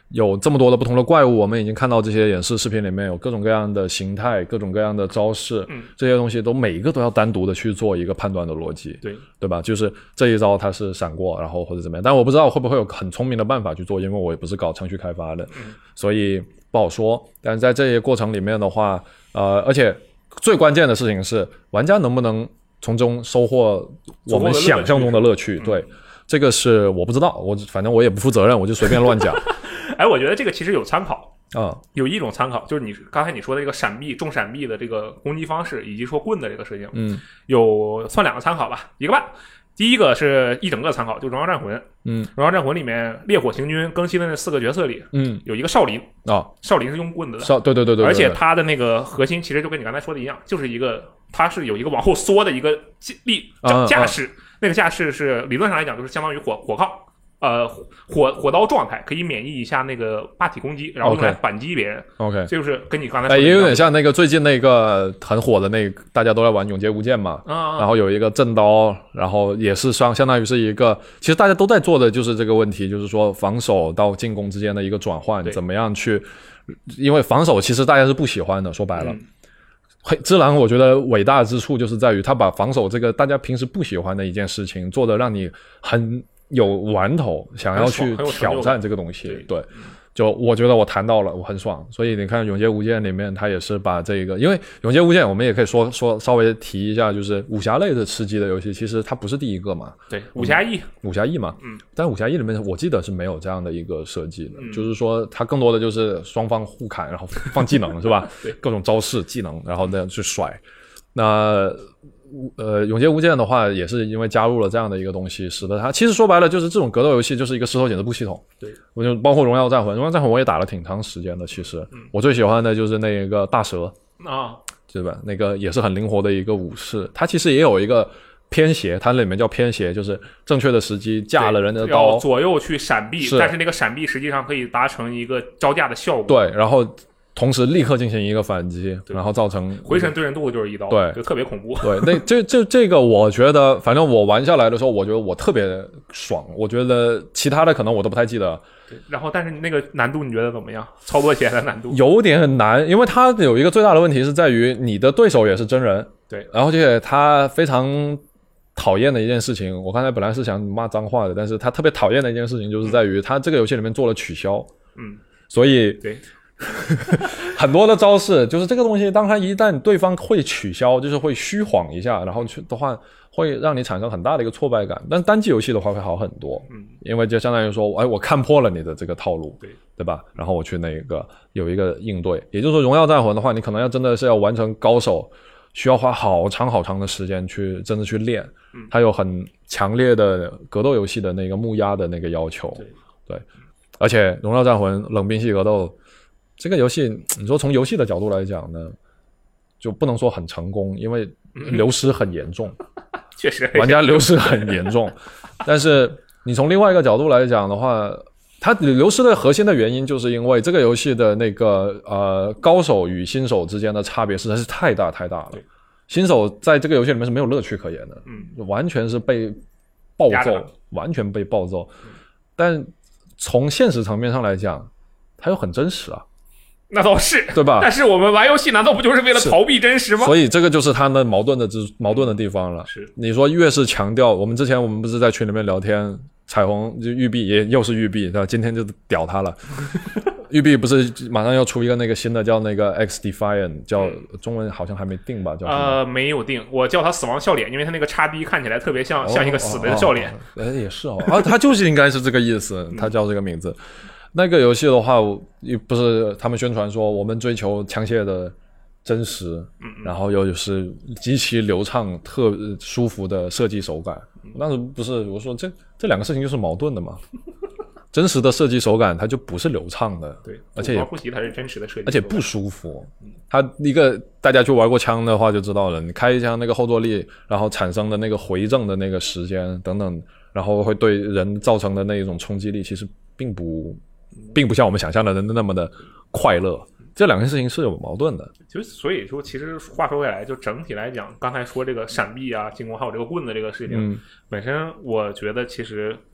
有这么多的不同的怪物，我们已经看到这些演示视频里面有各种各样的形态，各种各样的招式， 嗯， 这些东西都每一个都要单独的去做一个判断的逻辑， 对对吧？就是这一招它是闪过，然后或者怎么样，但我不知道会不会有很聪明的办法去做，因为我也不是搞程序开发的， 嗯， 所以不好说。但是在这些过程里面的话，呃，而且最关键的事情是玩家能不能从中收获我们想象中的乐趣，对。嗯，这个是我不知道，我反正我也不负责任，我就随便乱讲。 哎，我觉得这个其实有参考啊、嗯， 有一种参考，就是你刚才你说的这个闪避、重闪避的这个攻击方式，以及说棍的这个事情， 嗯， 有算两个参考吧，一个半。第一个是一整个参考，就《荣耀战魂》，嗯，《荣耀战魂》里面烈火行军更新的那四个角色里， 嗯， 有一个少林啊、哦， 少林是用棍子的， 少对对对 对, 对， 而且它的那个核心其实就跟你刚才说的一样，就是一个它是有一个往后缩的一个力架势。啊啊，那个架势是理论上来讲就是相当于火火铐，呃，火火刀状态，可以免疫一下那个霸体攻击，然后用来反击别人。 OK， 这就是跟你刚才说的哎，也有点像那个最近那个很火的那个，大家都在玩《永劫无间》嘛， 啊， 然后有一个震刀，然后也是相相当于是一个，其实大家都在做的就是这个问题，就是说防守到进攻之间的一个转换，怎么样去，因为防守其实大家是不喜欢的，说白了。嗯，黑之狼我觉得伟大之处就是在于他把防守这个大家平时不喜欢的一件事情做得让你很有玩头，想要去挑战这个东西。对，对，就我觉得我谈到了，我很爽。所以你看《永劫无间》里面，他也是把这个，因为《永劫无间》我们也可以说说稍微提一下，就是武侠类的吃鸡的游戏，其实它不是第一个嘛。 对，武侠义， 武侠义嘛。 嗯， 但武侠义里面我记得是没有这样的一个设计的，嗯，就是说它更多的就是双方互砍，然后放技能是吧？ 对， 各种招式技能，然后那样去甩。那呃，永劫无间的话，也是因为加入了这样的一个东西，使得它其实说白了就是这种格斗游戏就是一个石头剪子布系统。 对， 我就包括荣耀战魂，荣耀战魂我也打了挺长时间的。其实，嗯，我最喜欢的就是那个大蛇啊， 对吧？那个也是很灵活的一个武士，它其实也有一个偏斜，它里面叫偏斜，就是正确的时机架了人的刀， 左右去闪避，但是那个闪避实际上可以达成一个招架的效果。 对，然后同时立刻进行一个反击，然后造成回神对人度就是一刀， 对， 就特别恐怖。 对，那这这这个我觉得，反正我玩下来的时候，我觉得我特别爽。我觉得其他的可能我都不太记得。 对，然后但是那个难度你觉得怎么样？操作起来的难度有点难，因为它有一个最大的问题是在于你的对手也是真人， 对， 然后而且他非常讨厌的一件事情，我刚才本来是想骂脏话的，但是他特别讨厌的一件事情就是在于他这个游戏里面做了取消， 嗯， 所以对。 很多的招式就是这个东西，当它一旦对方会取消，就是会虚晃一下，然后去的话会让你产生很大的一个挫败感。但单机游戏的话会好很多， 嗯， 因为就相当于说，哎，我看破了你的这个套路， 对对吧？然后我去那个有一个应对，也就是说，荣耀战魂的话，你可能要真的是要完成高手，需要花好长好长的时间去真的去练， 嗯， 它有很强烈的格斗游戏的那个木压的那个要求， 对对，而且荣耀战魂冷兵器格斗。这个游戏，你说从游戏的角度来讲呢，就不能说很成功，因为流失很严重， 确实玩家流失很严重。但是你从另外一个角度来讲的话，它流失的核心的原因，就是因为这个游戏的那个呃高手与新手之间的差别实在是太大太大了。新手在这个游戏里面是没有乐趣可言的， 嗯， 完全是被暴揍，完全被暴揍。 嗯， 但从现实层面上来讲，它又很真实啊。 那倒是， 对吧？ 但是我们玩游戏难道不就是为了逃避真实吗？ 所以这个就是它的矛盾的之矛盾的地方了。 是，你说越是强调，我们之前我们不是在群里面聊天，彩虹就育碧也又是育碧，对吧？今天就屌他了。育碧不是马上要出一个那个新的叫那个 X Defiant， 叫中文好像还没定吧？叫什么？ 呃，没有定，我叫他死亡笑脸，因为他那个叉 B 看起来特别像、哦、像一个死的笑脸。 呃、哦哦，也是哦，啊，他就是应该是这个意思，他叫这个名字。那个游戏的话，不是他们宣传说我们追求枪械的真实， 嗯嗯， 然后又是极其流畅、特舒服的设计手感。但是不是我说这这两个事情就是矛盾的嘛？真实的设计手感它就不是流畅的， 对， 而且也呼吸它是真实的设计， 而且不舒服。它一个大家去玩过枪的话就知道了，你开一枪那个后坐力，然后产生的那个回正的那个时间等等，然后会对人造成的那一种冲击力，其实并不。并不像我们想象的那么的快乐，这两件事情是有矛盾的。 就所以说，其实话说回来，就整体来讲，刚才说这个闪避啊、进攻，还有这个棍子这个事情， 嗯、 本身我觉得其实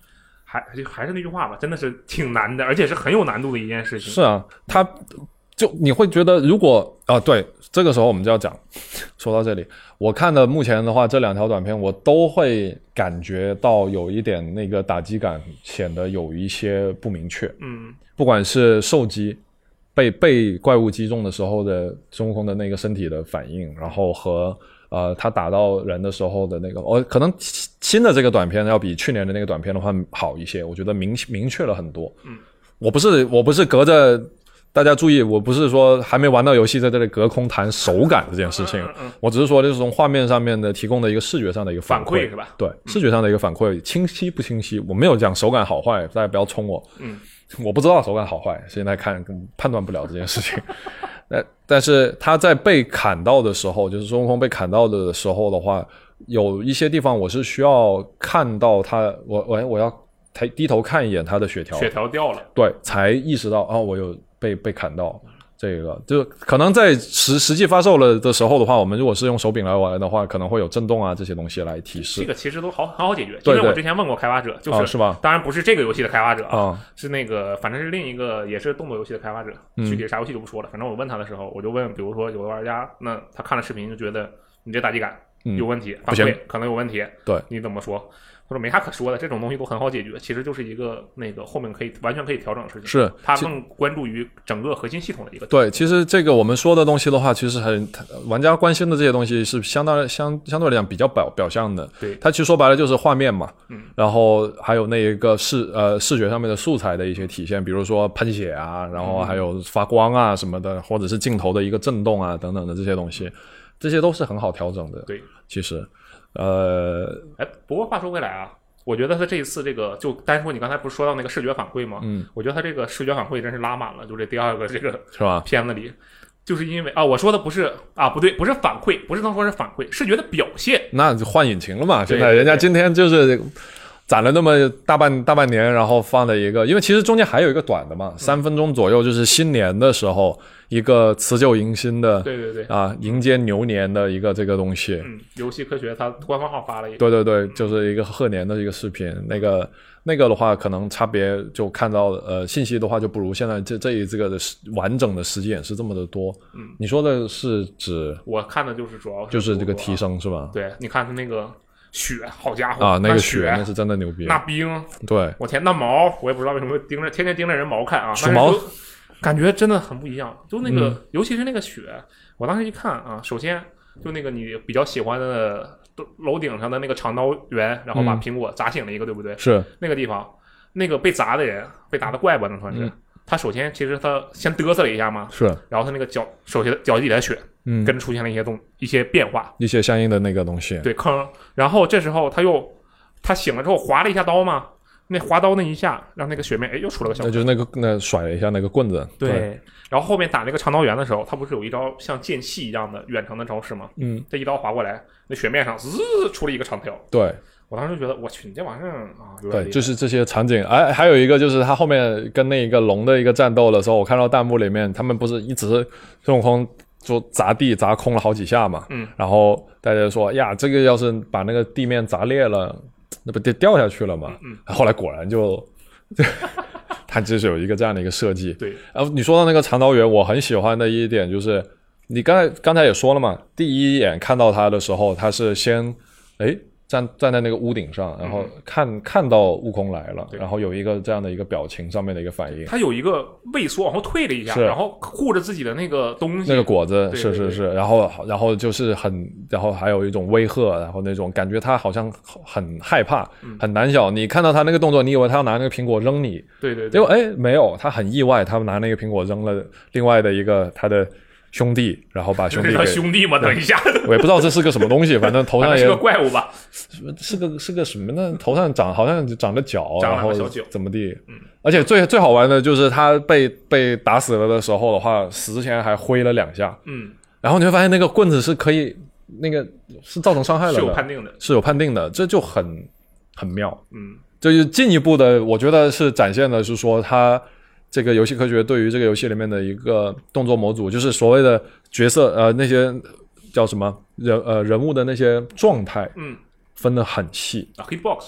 还还是那句话吧，真的是挺难的，而且是很有难度的一件事情。 是啊，他就你会觉得如果啊，对，这个时候我们就要讲，说到这里，我看的目前的话，这两条短片我都会感觉到有一点那个打击感显得有一些不明确。 嗯， 不管是受击被被怪物击中的时候的孙悟空的那个身体的反应，然后和呃他打到人的时候的那个，哦，可能新的这个短片要比去年的那个短片的话好一些，我觉得明明确了很多。 嗯， 我不是我不是隔着。大家注意，我不是说还没玩到游戏在这里隔空谈手感这件事情， 嗯嗯嗯、 我只是说就是从画面上面的提供的一个视觉上的一个反馈， 反馈是吧？ 对，视觉上的一个反馈，清晰不清晰？我没有讲手感好坏，大家不要冲我。 嗯， 我不知道手感好坏，现在看判断不了这件事情。但但是他在被砍到的时候，就是孙悟空被砍到的时候的话，有一些地方我是需要看到他，我我我要抬低头看一眼他的血条， 血条掉了， 对，才意识到啊，我有。被被砍到，这个就可能在实实际发售了的时候的话，我们如果是用手柄来玩的话，可能会有震动啊这些东西来提示。 这个其实都好很好解决， 对对， 因为我之前问过开发者，就是、 哦、是吧？ 当然不是这个游戏的开发者啊、嗯， 是那个反正是另一个也是动作游戏的开发者， 嗯、 具体啥游戏就不说了。反正我问他的时候，我就问，比如说有的玩家，那他看了视频就觉得你这打击感有问题， 嗯、 反馈可能有问题， 对， 你怎么说？或者没啥可说的，这种东西都很好解决，其实就是一个那个后面可以完全可以调整的事情。 是， 他更关注于整个核心系统的一个。 对，其实这个我们说的东西的话，其实很玩家关心的这些东西是相当相相对来讲比较表表象的。 对， 它其实说白了就是画面嘛， 嗯， 然后还有那一个视呃视觉上面的素材的一些体现，比如说喷血啊，然后还有发光啊什么的，或者是镜头的一个震动啊等等的这些东西，这些都是很好调整的。 对， 其实，呃， 哎，不过话说回来啊。我觉得他这一次这个就单说你刚才不是说到那个视觉反馈吗？ 嗯， 我觉得他这个视觉反馈真是拉满了，就这第二个这个是吧？ 片子里，就是因为啊，我说的不是啊，不对，不是反馈，不是能说是反馈，视觉的表现。 那就换引擎了嘛？现在人家今天就是攒了那么大半大半年，然后放了一个，因为其实中间还有一个短的嘛，嗯、三分钟左右，就是新年的时候一个辞旧迎新的， 对对对啊，迎接牛年的一个这个东西。 嗯，游戏科学它官方号发了一个， 对对对，就是一个贺年的一个视频。那个那个的话，可能差别就看到呃信息的话，就不如现在这这一这个的完整的实际演示这么的多。 嗯， 你说的是指我看的就是主要是就是这个提升是吧？ 对，你看它那个。雪，好家伙啊！那个雪那是真的牛逼。 那冰， 对， 我天，那毛，我也不知道为什么盯着，天天盯着人毛看啊。 鼠毛， 感觉真的很不一样。就那个， 嗯、 尤其是那个雪，我当时一看啊，首先就那个你比较喜欢的楼顶上的那个长刀猿，然后把苹果砸醒了一个， 嗯、 对不对？ 是那个地方，那个被砸的人，被打的怪吧，能算是。 嗯他首先其实他先嘚瑟了一下嘛， 是， 然后他那个脚手下的脚底的血， 嗯， 跟着出现了一些东一些变化， 一些相应的那个东西， 对坑。然后这时候他又他醒了之后划了一下刀嘛，那划刀那一下让那个血面哎又出了个小， 那就是那个那甩了一下那个棍子， 对。 对然后后面打那个长刀猿的时候，他不是有一招像剑气一样的远程的招式吗？ 嗯， 这一刀划过来，那雪面上滋出了一个长条， 对。 我当时就觉得，我去，你这玩意儿啊，有对， 点就是这些场景。哎，还有一个就是他后面跟那个龙的一个战斗的时候，我看到弹幕里面，他们不是一直孙悟空就砸地砸空了好几下嘛， 嗯， 然后大家说呀，这个要是把那个地面砸裂了，那不得掉下去了吗？ 嗯， 嗯后来果然就，他就是有一个这样的一个设计。 对， 然后你说到那个长刀猿，我很喜欢的一点就是，你刚才刚才也说了嘛，第一眼看到他的时候，他是先，哎。站站在那个屋顶上，然后看、嗯、看到悟空来了，然后有一个这样的一个表情上面的一个反应， 他有一个畏缩往后退了一下，然后护着自己的那个东西， 那个果子， 对对对是是是，然后然后就是很，然后还有一种威吓，然后那种感觉他好像很害怕， 嗯、 很胆小。你看到他那个动作，你以为他要拿那个苹果扔你， 对对对， 结果哎没有，他很意外，他拿那个苹果扔了另外的一个他的兄弟，然后把兄弟给兄弟嘛，等一下， 我也不知道这是个什么东西，反正头上也是个怪物吧， 是个是个什么呢？头上长好像长着角， 长然后小角怎么地？ 嗯， 而且最最好玩的就是他被被打死了的时候的话，死之前还挥了两下， 嗯， 然后你会发现那个棍子是可以那个是造成伤害了的， 是有判定的， 是有判定的，这就很很妙， 嗯， 就是进一步的，我觉得是展现的是说他。这个游戏科学对于这个游戏里面的一个动作模组，就是所谓的角色呃那些叫什么人呃人物的那些状态， 嗯， 分得很细啊 ，hitbox 是吧？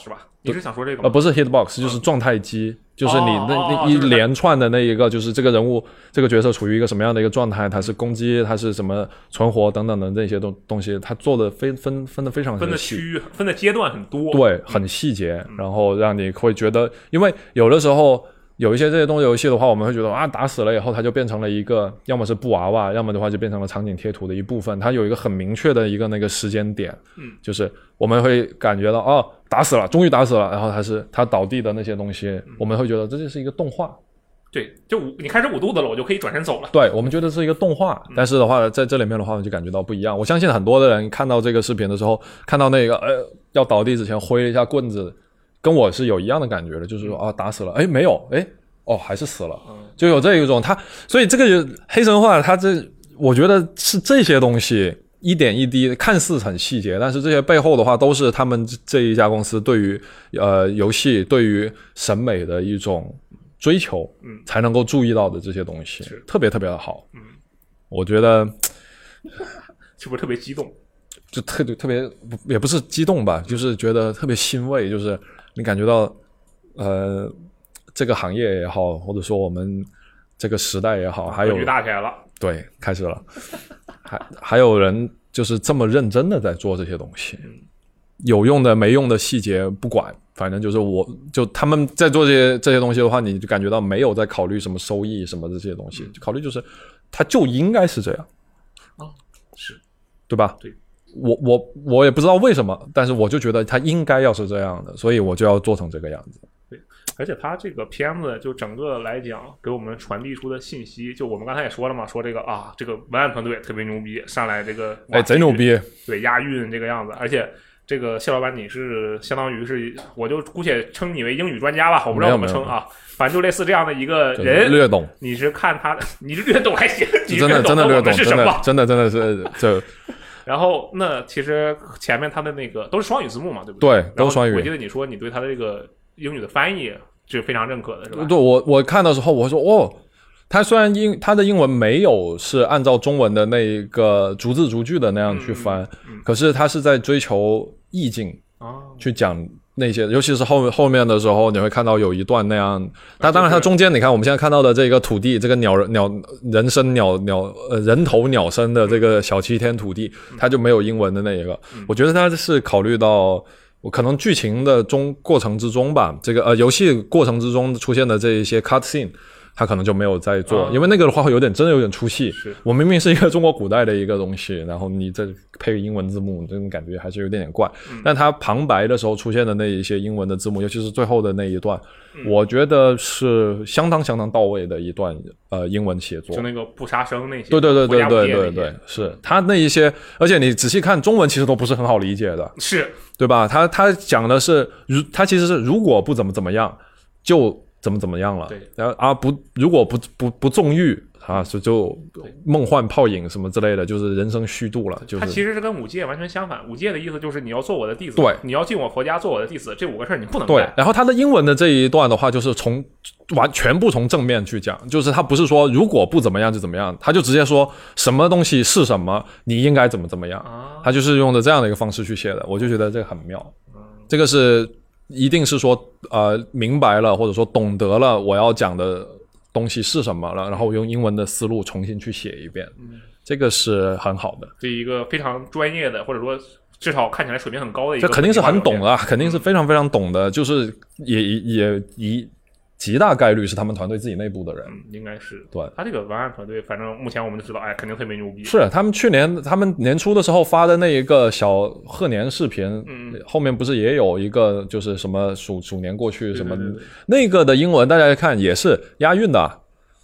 你是想说这个吗？ 呃，不是 hitbox， 就是状态机，嗯、就是你那、哦、那一连串的那一个，就是这个人物这个角色处于一个什么样的一个状态，它是攻击，它是什么存活等等的这些东东西，它做的分分分的非常分的区域分的阶段很多， 对，很细节，嗯、然后让你会觉得，因为有的时候。有一些这些动作游戏的话，我们会觉得啊，打死了以后，它就变成了一个，要么是布娃娃，要么的话就变成了场景贴图的一部分。它有一个很明确的一个那个时间点， 嗯， 就是我们会感觉到哦，打死了，终于打死了，然后它是它倒地的那些东西，嗯、我们会觉得这就是一个动画。 对，就你开始五度的了，我就可以转身走了。 对，我们觉得是一个动画，但是的话，在这里面的话，我就感觉到不一样。我相信很多的人看到这个视频的时候，看到那个呃要倒地之前挥了一下棍子。跟我是有一样的感觉的，就是说啊，打死了，哎，没有，哎，哦，还是死了，就有这一种他，所以这个黑神话，它这我觉得是这些东西一点一滴，看似很细节，但是这些背后的话，都是他们这一家公司对于呃游戏对于审美的一种追求， 嗯， 才能够注意到的这些东西， 是特别特别的好， 嗯， 我觉得是不是特别激动？ 就特别特别也不是激动吧，就是觉得特别欣慰，就是你感觉到呃这个行业也好，或者说我们这个时代也好，还有格局大起来了， 对，开始了，还还有人就是这么认真的在做这些东西， 嗯、 有用的没用的细节不管，反正就是我就他们在做这些这些东西的话，你就感觉到没有在考虑什么收益什么这些东西， 嗯、 就考虑就是它就应该是这样， 哦，是， 对吧？ 对。 我我我也不知道为什么，但是我就觉得它应该要是这样的，所以我就要做成这个样子。 对，而且它这个片子就整个来讲，给我们传递出的信息，就我们刚才也说了嘛，说这个啊，这个文案团队特别牛逼，上来这个哎贼牛逼， 对，押韵这个样子，而且这个谢老板你是相当于是，我就姑且称你为英语专家吧，我不知道怎么称啊，反正就类似这样的一个人， 略懂。 你是看他的，你是略懂还行，你真的真的略懂， 是什么？ 真的真的是这。 然后那其实前面他的那个都是双语字幕嘛，对不对？对，都是双语。 我记得你说你对他的这个英语的翻译是非常认可的，是吧？ 对，我我看的时候我说哦，他虽然英他的英文没有是按照中文的那个逐字逐句的那样去翻， 嗯嗯、 可是他是在追求意境啊， 去讲那些，尤其是后后面的时候，你会看到有一段那样。那当然，它中间你看我们现在看到的这个土地，这个鸟鸟人身鸟鸟呃人头鸟身的这个小七天土地，它就没有英文的那一个。 嗯、 我觉得它是考虑到可能剧情的中过程之中吧，这个呃游戏过程之中出现的这一些 cut scene。他可能就没有在做、啊、因为那个的话会有点真的有点出戏，我明明是一个中国古代的一个东西，然后你再配个英文字幕，这种感觉还是有点点怪、嗯、但他旁白的时候出现的那一些英文的字幕，尤其是最后的那一段、嗯、我觉得是相当相当到位的一段呃英文写作， 就那个不杀生那些， 对对对对对对对，是他那一些，而且你仔细看中文其实都不是很好理解的， 是对吧？他他讲的是如他其实是如果不怎么怎么样就怎么怎么样了？ 对， 然后啊不，如果不不不纵欲啊，就就梦幻泡影什么之类的，就是人生虚度了。就是它其实是跟五戒完全相反。五戒的意思就是你要做我的弟子， 对， 你要进我佛家做我的弟子，这五个事儿你不能干。 对，然后他的英文的这一段的话，就是从完全部从正面去讲，就是他不是说如果不怎么样就怎么样，他就直接说什么东西是什么，你应该怎么怎么样， 啊、 他就是用的这样的一个方式去写的，我就觉得这个很妙。嗯、这个是。一定是说呃明白了或者说懂得了我要讲的东西是什么了，然后用英文的思路重新去写一遍、嗯、这个是很好的， 这一个非常专业的或者说至少看起来水平很高的一个， 这肯定是很懂啊，肯定是非常非常懂的，就是也也以极大概率是他们团队自己内部的人、 嗯、应该是对他这个文案团队，反正目前我们就知道，哎，肯定特别牛逼。 是他们去年他们年初的时候发的那一个小贺年视频， 嗯， 后面不是也有一个就是什么鼠鼠年过去什么， 对对对对， 那个的英文大家看也是押韵的，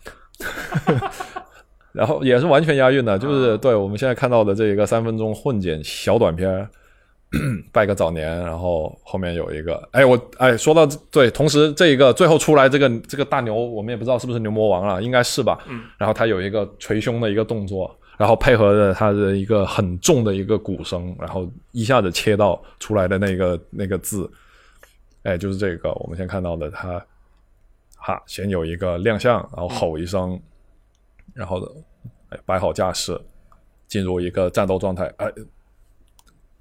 然后也是完全押韵的，就是、啊、对我们现在看到的这个三分钟混剪小短片。拜个早年，然后后面有一个，哎，我哎说到对，同时这一个最后出来这个这个大牛，我们也不知道是不是牛魔王了，应该是吧？ 嗯， 然后他有一个捶胸的一个动作，然后配合着他的一个很重的一个鼓声，然后一下子切到出来的那个那个字，哎，就是这个我们先看到的他，哈，先有一个亮相，然后吼一声，嗯、然后的哎摆好架势，进入一个战斗状态，哎。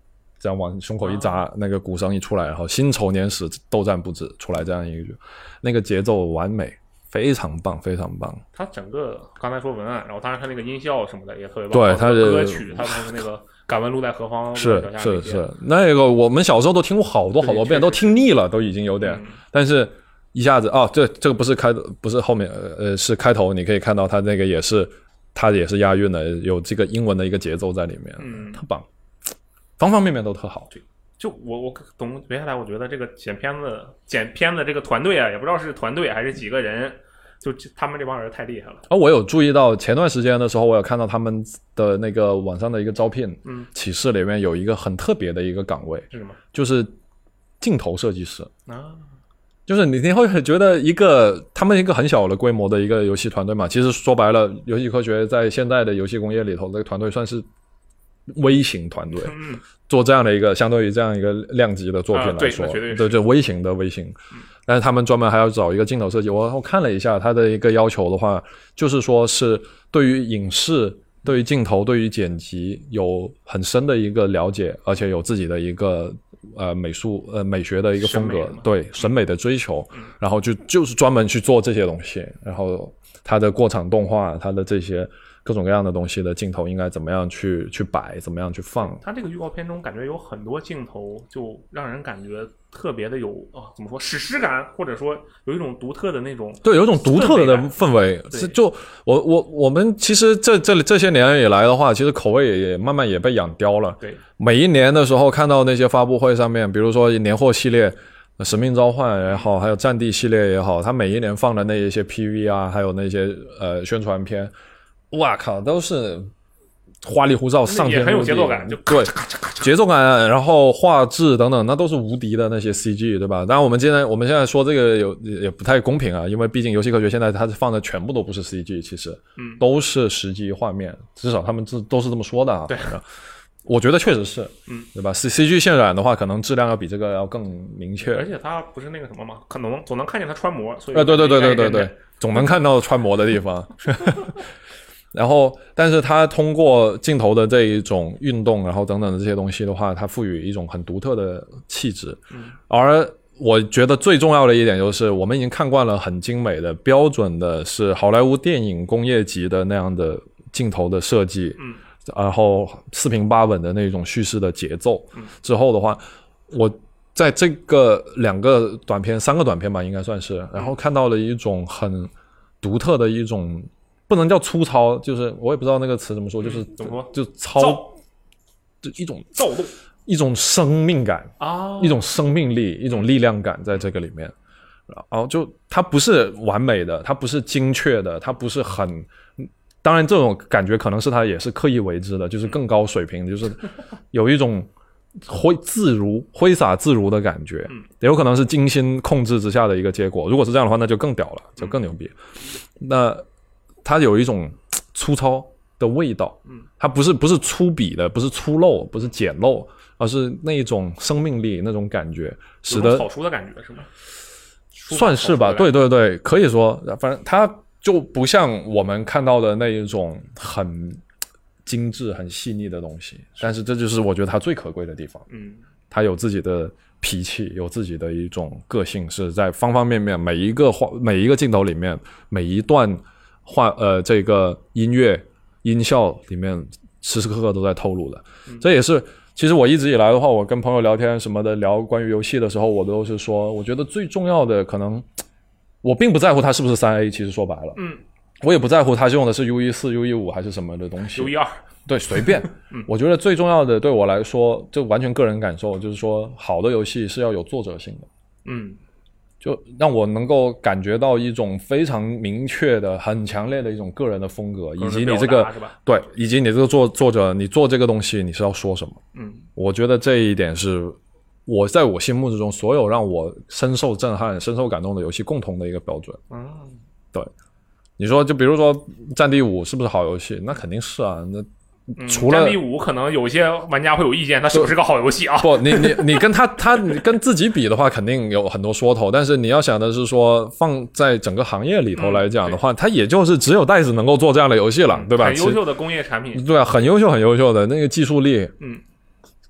这样往胸口一扎，啊、那个鼓声一出来，然后新仇年始，斗战不止，出来这样一个，那个节奏完美，非常棒，非常棒。 他整个刚才说文案，然后当然他那个音效什么的也特别棒。 对，他的歌曲，他的那个敢问路在何方， 是是是，那个我们小时候都听过好多好多遍，都听腻了，都已经有点，嗯、但是。一下子哦，这这个不是开不是后面呃是开头，你可以看到它那个也是它也是押韵的，有这个英文的一个节奏在里面，嗯，特棒，方方面面都特好。 对，就我我懂接下来，我觉得这个剪片子剪片的这个团队啊，也不知道是团队还是几个人，就他们这帮人太厉害了。 哦，我有注意到前段时间的时候，我有看到他们的那个网上的一个招聘，嗯，启事里面有一个很特别的一个岗位， 是什么？ 就是镜头设计师啊。 就是你你会觉得一个他们一个很小的规模的一个游戏团队嘛，其实说白了，游戏科学在现在的游戏工业里头，这个团队算是微型团队，嗯、做这样的一个相对于这样一个量级的作品来说， 啊、对， 对，就微型的微型。嗯、但是他们专门还要找一个镜头设计，我我看了一下他的一个要求的话，就是说是对于影视、对于镜头、对于剪辑有很深的一个了解，而且有自己的一个。呃，美术呃美学的一个风格，对审美的追求，嗯、然后就就是专门去做这些东西，然后它的过场动画，它的这些各种各样的东西的镜头应该怎么样去去摆，怎么样去放。 它这个预告片中感觉有很多镜头，就让人感觉特别的有啊，怎么说史诗感，或者说有一种独特的那种对，有一种独特的氛围。就我我我们其实这这这些年以来的话，其实口味也慢慢也被养刁了。 对， 每一年的时候看到那些发布会上面，比如说年货系列。使命召唤也好，还有战地系列也好，它每一年放的那一些 P V 啊，还有那些呃宣传片，哇靠，都是花里胡哨，上天入地， 很有节奏感，就对节奏感，然后画质等等，那都是无敌的那些 C G， 对吧？当然，我们现在我们现在说这个有也不太公平啊，因为毕竟游戏科学现在它放的全部都不是 C G， 其实嗯都是实际画面，至少他们这都是这么说的啊。 对。 我觉得确实是， 嗯， 对吧 ？C C G 渲染的话，可能质量要比这个要更明确。 而且它不是那个什么嘛，可能总能看见它穿模，所以呃，对对对对对对，总能看到穿模的地方。然后，但是它通过镜头的这一种运动，然后等等的这些东西的话，它赋予一种很独特的气质。 嗯， 而我觉得最重要的一点就是，我们已经看惯了很精美的、标准的，是好莱坞电影工业级的那样的镜头的设计。 嗯。 然后四平八稳的那种叙事的节奏， 嗯、 之后的话，我在这个两个短片、三个短片吧，应该算是，然后看到了一种很独特的一种，不能叫粗糙，就是我也不知道那个词怎么说，就是、 嗯、怎么说， 就糙，就一种躁动， 一种生命感啊， 一种生命力，一种力量感在这个里面。然后就它不是完美的，它不是精确的，它不是很。当然这种感觉可能是他也是刻意为之的，就是更高水平，就是有一种挥自如挥洒自如的感觉，也有可能是精心控制之下的一个结果。如果是这样的话，那就更屌了，就更牛逼。那它有一种粗糙的味道，它不是不是粗鄙的，不是粗陋，不是简陋，而是那一种生命力，那种感觉，使得草书的感觉是吗？ 算是吧，对对对，可以说，反正它。就不像我们看到的那一种很精致、很细腻的东西，但是这就是我觉得它最可贵的地方。 嗯， 它有自己的脾气，有自己的一种个性，是在方方面面每一个画、每一个镜头里面，每一段画呃这个音乐、音效里面，时时刻刻都在透露的。 嗯、 这也是其实我一直以来的话，我跟朋友聊天什么的，聊关于游戏的时候，我都是说，我觉得最重要的可能。我并不在乎它是不是 三 A， 其实说白了， 嗯， 我也不在乎它用的是 U 十四、U 十五 还是什么的东西 ，U 十二， 对，随便。 嗯， 我觉得最重要的对我来说，就完全个人感受，就是说，好的游戏是要有作者性的， 嗯， 就让我能够感觉到一种非常明确的、很强烈的一种个人的风格，以及你这个对，以及你这个作作者，你做这个东西你是要说什么？ 嗯， 我觉得这一点是。我在我心目之中，所有让我深受震撼、深受感动的游戏共同的一个标准。 嗯， 对，你说，就比如说《战地五》是不是好游戏？那肯定是啊。那除了、 嗯、战地五，可能有些玩家会有意见，它是不是个好游戏啊？ 不，你你你跟他他你跟自己比的话，肯定有很多说头。但是你要想的是说，放在整个行业里头来讲的话，嗯、它也就是只有DICE能够做这样的游戏了， 嗯、 对吧？ 很优秀的工业产品。 对啊，很优秀、很优秀的那个技术力。 嗯。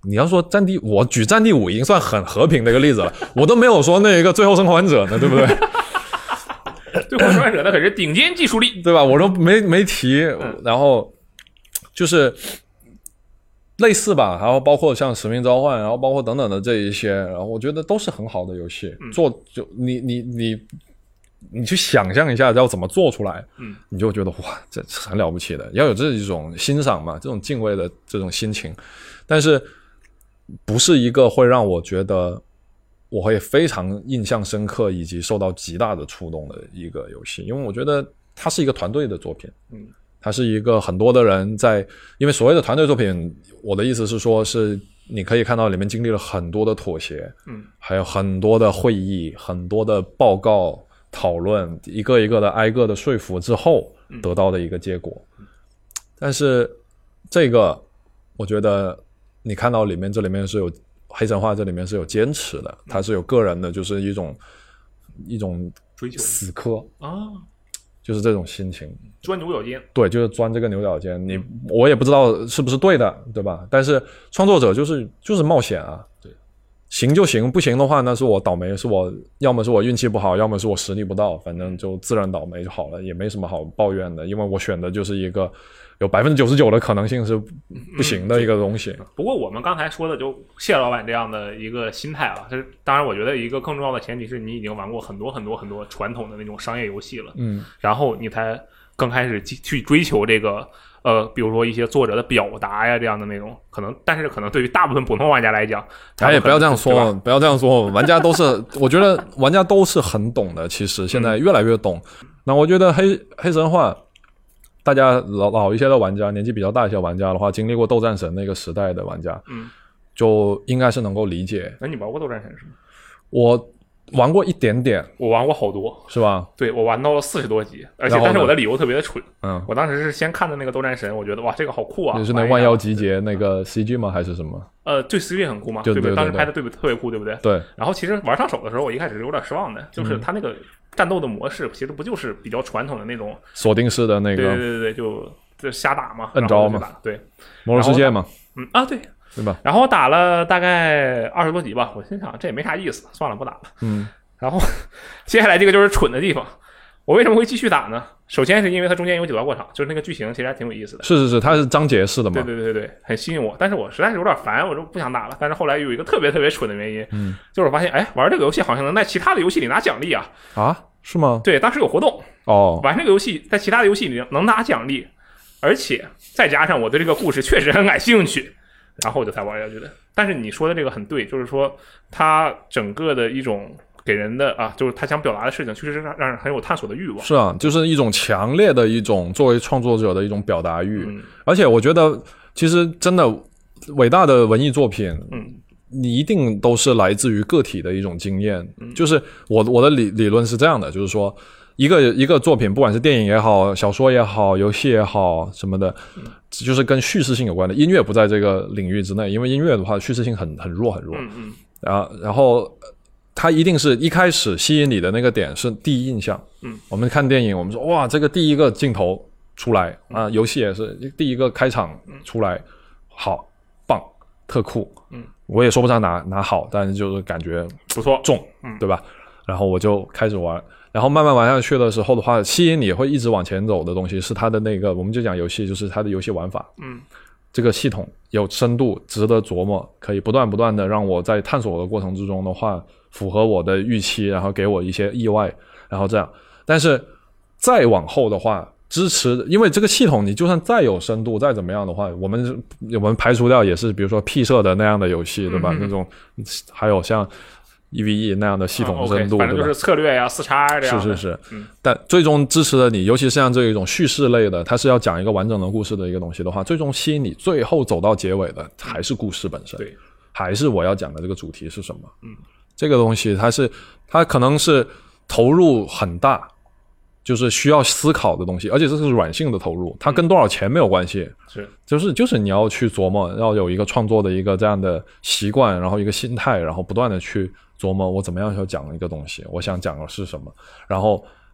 你要说战地，我举战地五已经算很和平的一个例子了，我都没有说那个最后生还者呢，对不对？ 最后生还者那可是顶尖技术力， 对吧？我都没没提，然后就是类似吧，然后包括像使命召唤，然后包括等等的这一些，然后我觉得都是很好的游戏。嗯、做就你你你你去想象一下要怎么做出来，嗯，你就觉得哇，这很了不起的，要有这一种欣赏嘛，这种敬畏的这种心情，但是。不是一个会让我觉得我会非常印象深刻以及受到极大的触动的一个游戏，因为我觉得它是一个团队的作品，嗯，它是一个很多的人在，因为所谓的团队作品，我的意思是说，是你可以看到里面经历了很多的妥协，嗯，还有很多的会议，很多的报告讨论，一个一个的挨个的说服之后得到的一个结果，嗯、但是这个我觉得。你看到里面，这里面是有黑神话，这里面是有坚持的，它是有个人的，就是一种一种追求死磕啊， 就是这种心情， 钻牛角尖， 对，就是钻这个牛角尖。你我也不知道是不是对的，对吧？但是创作者就是就是冒险啊， 对， 行就行，不行的话，那是我倒霉，是我要么是我运气不好，要么是我实力不到，反正就自然倒霉就好了，也没什么好抱怨的，因为我选的就是一个。有百分之九十九的可能性是不行的一个东西、 嗯。不过我们刚才说的，就谢老板这样的一个心态啊，就是当然，我觉得一个更重要的前提是你已经玩过很多很多很多传统的那种商业游戏了，嗯，然后你才刚开始去追求这个呃，比如说一些作者的表达呀这样的那种，可能，但是可能对于大部分普通玩家来讲， 哎，不要这样说，不要这样说，玩家都是，我觉得玩家都是很懂的，其实现在越来越懂。嗯、那我觉得黑黑神话。大家老老一些的玩家，年纪比较大一些玩家的话，经历过斗战神那个时代的玩家，嗯，就应该是能够理解。 那你玩过斗战神是吗？ 我玩过一点点， 我玩过好多， 是吧？ 对，我玩到了四十多级，而且但是我的理由特别的蠢，嗯，我当时是先看的那个斗战神，我觉得哇，这个好酷啊！ 就是那万妖集结那个 C G 吗？还是什么？ 呃，对 C G 很酷嘛， 对不对？当时拍的对不特别酷，对不对？ 对。 然后其实玩上手的时候，我一开始是有点失望的，就是他那个战斗的模式，其实不就是比较传统的那种锁定式的那个？ 对对对对，就。就瞎打嘛， 摁招嘛， 对， 魔兽世界嘛， 嗯啊对， 对吧？ 然后打了大概二十多集吧，我心想这也没啥意思，算了不打了。嗯，然后接下来这个就是蠢的地方，我为什么会继续打呢？首先是因为它中间有几段过场，就是那个剧情其实还挺有意思的。 是是是，它是章节式的嘛？ 对对对对对，很吸引我，但是我实在是有点烦，我就不想打了。但是后来有一个特别特别蠢的原因，嗯，就是我发现，哎，玩这个游戏好像能在其他的游戏里拿奖励啊？ 啊，是吗？ 对，当时有活动哦，玩这个游戏在其他的游戏里能拿奖励。而且再加上我对这个故事确实很感兴趣，然后我就才玩下去的。但是你说的这个很对，就是说它整个的一种给人的啊，就是他想表达的事情，确实是让让人很有探索的欲望。 是啊，就是一种强烈的一种作为创作者的一种表达欲。嗯、而且我觉得，其实真的伟大的文艺作品，嗯，你一定都是来自于个体的一种经验。嗯、就是我我的理理论是这样的，就是说。一个一个作品，不管是电影也好，小说也好，游戏也好，什么的，嗯、就是跟叙事性有关的。音乐不在这个领域之内，因为音乐的话，叙事性很很弱很弱。嗯嗯。然后，然后它一定是一开始吸引你的那个点是第一印象。嗯。我们看电影，我们说哇，这个第一个镜头出来啊，游戏也是第一个开场出来，好棒，特酷。嗯。我也说不上哪哪好，但是就是感觉不错， 重，嗯，对吧？然后我就开始玩。然后慢慢玩下去的时候的话，吸引你会一直往前走的东西是它的那个，我们就讲游戏，就是它的游戏玩法。嗯，这个系统有深度，值得琢磨，可以不断不断的让我在探索的过程之中的话，符合我的预期，然后给我一些意外，然后这样。但是再往后的话，支持，因为这个系统你就算再有深度，再怎么样的话，我们我们排除掉也是比如说 P 社的那样的游戏，对吧？嗯、那种还有像。E V E 那样的系统深度， 嗯 okay, 反正就是策略呀、四叉这样的。 是是是，嗯，但最终支持了你，尤其是像这一种叙事类的，它是要讲一个完整的故事的一个东西的话，最终吸引你，最后走到结尾的还是故事本身， 对， 还是我要讲的这个主题是什么？嗯，这个东西它是它可能是投入很大，就是需要思考的东西，而且这是软性的投入，它跟多少钱没有关系， 是， 就是就是你要去琢磨，要有一个创作的一个这样的习惯，然后一个心态，然后不断的去。琢磨我怎么样要讲一个东西，我想讲的是什么，然后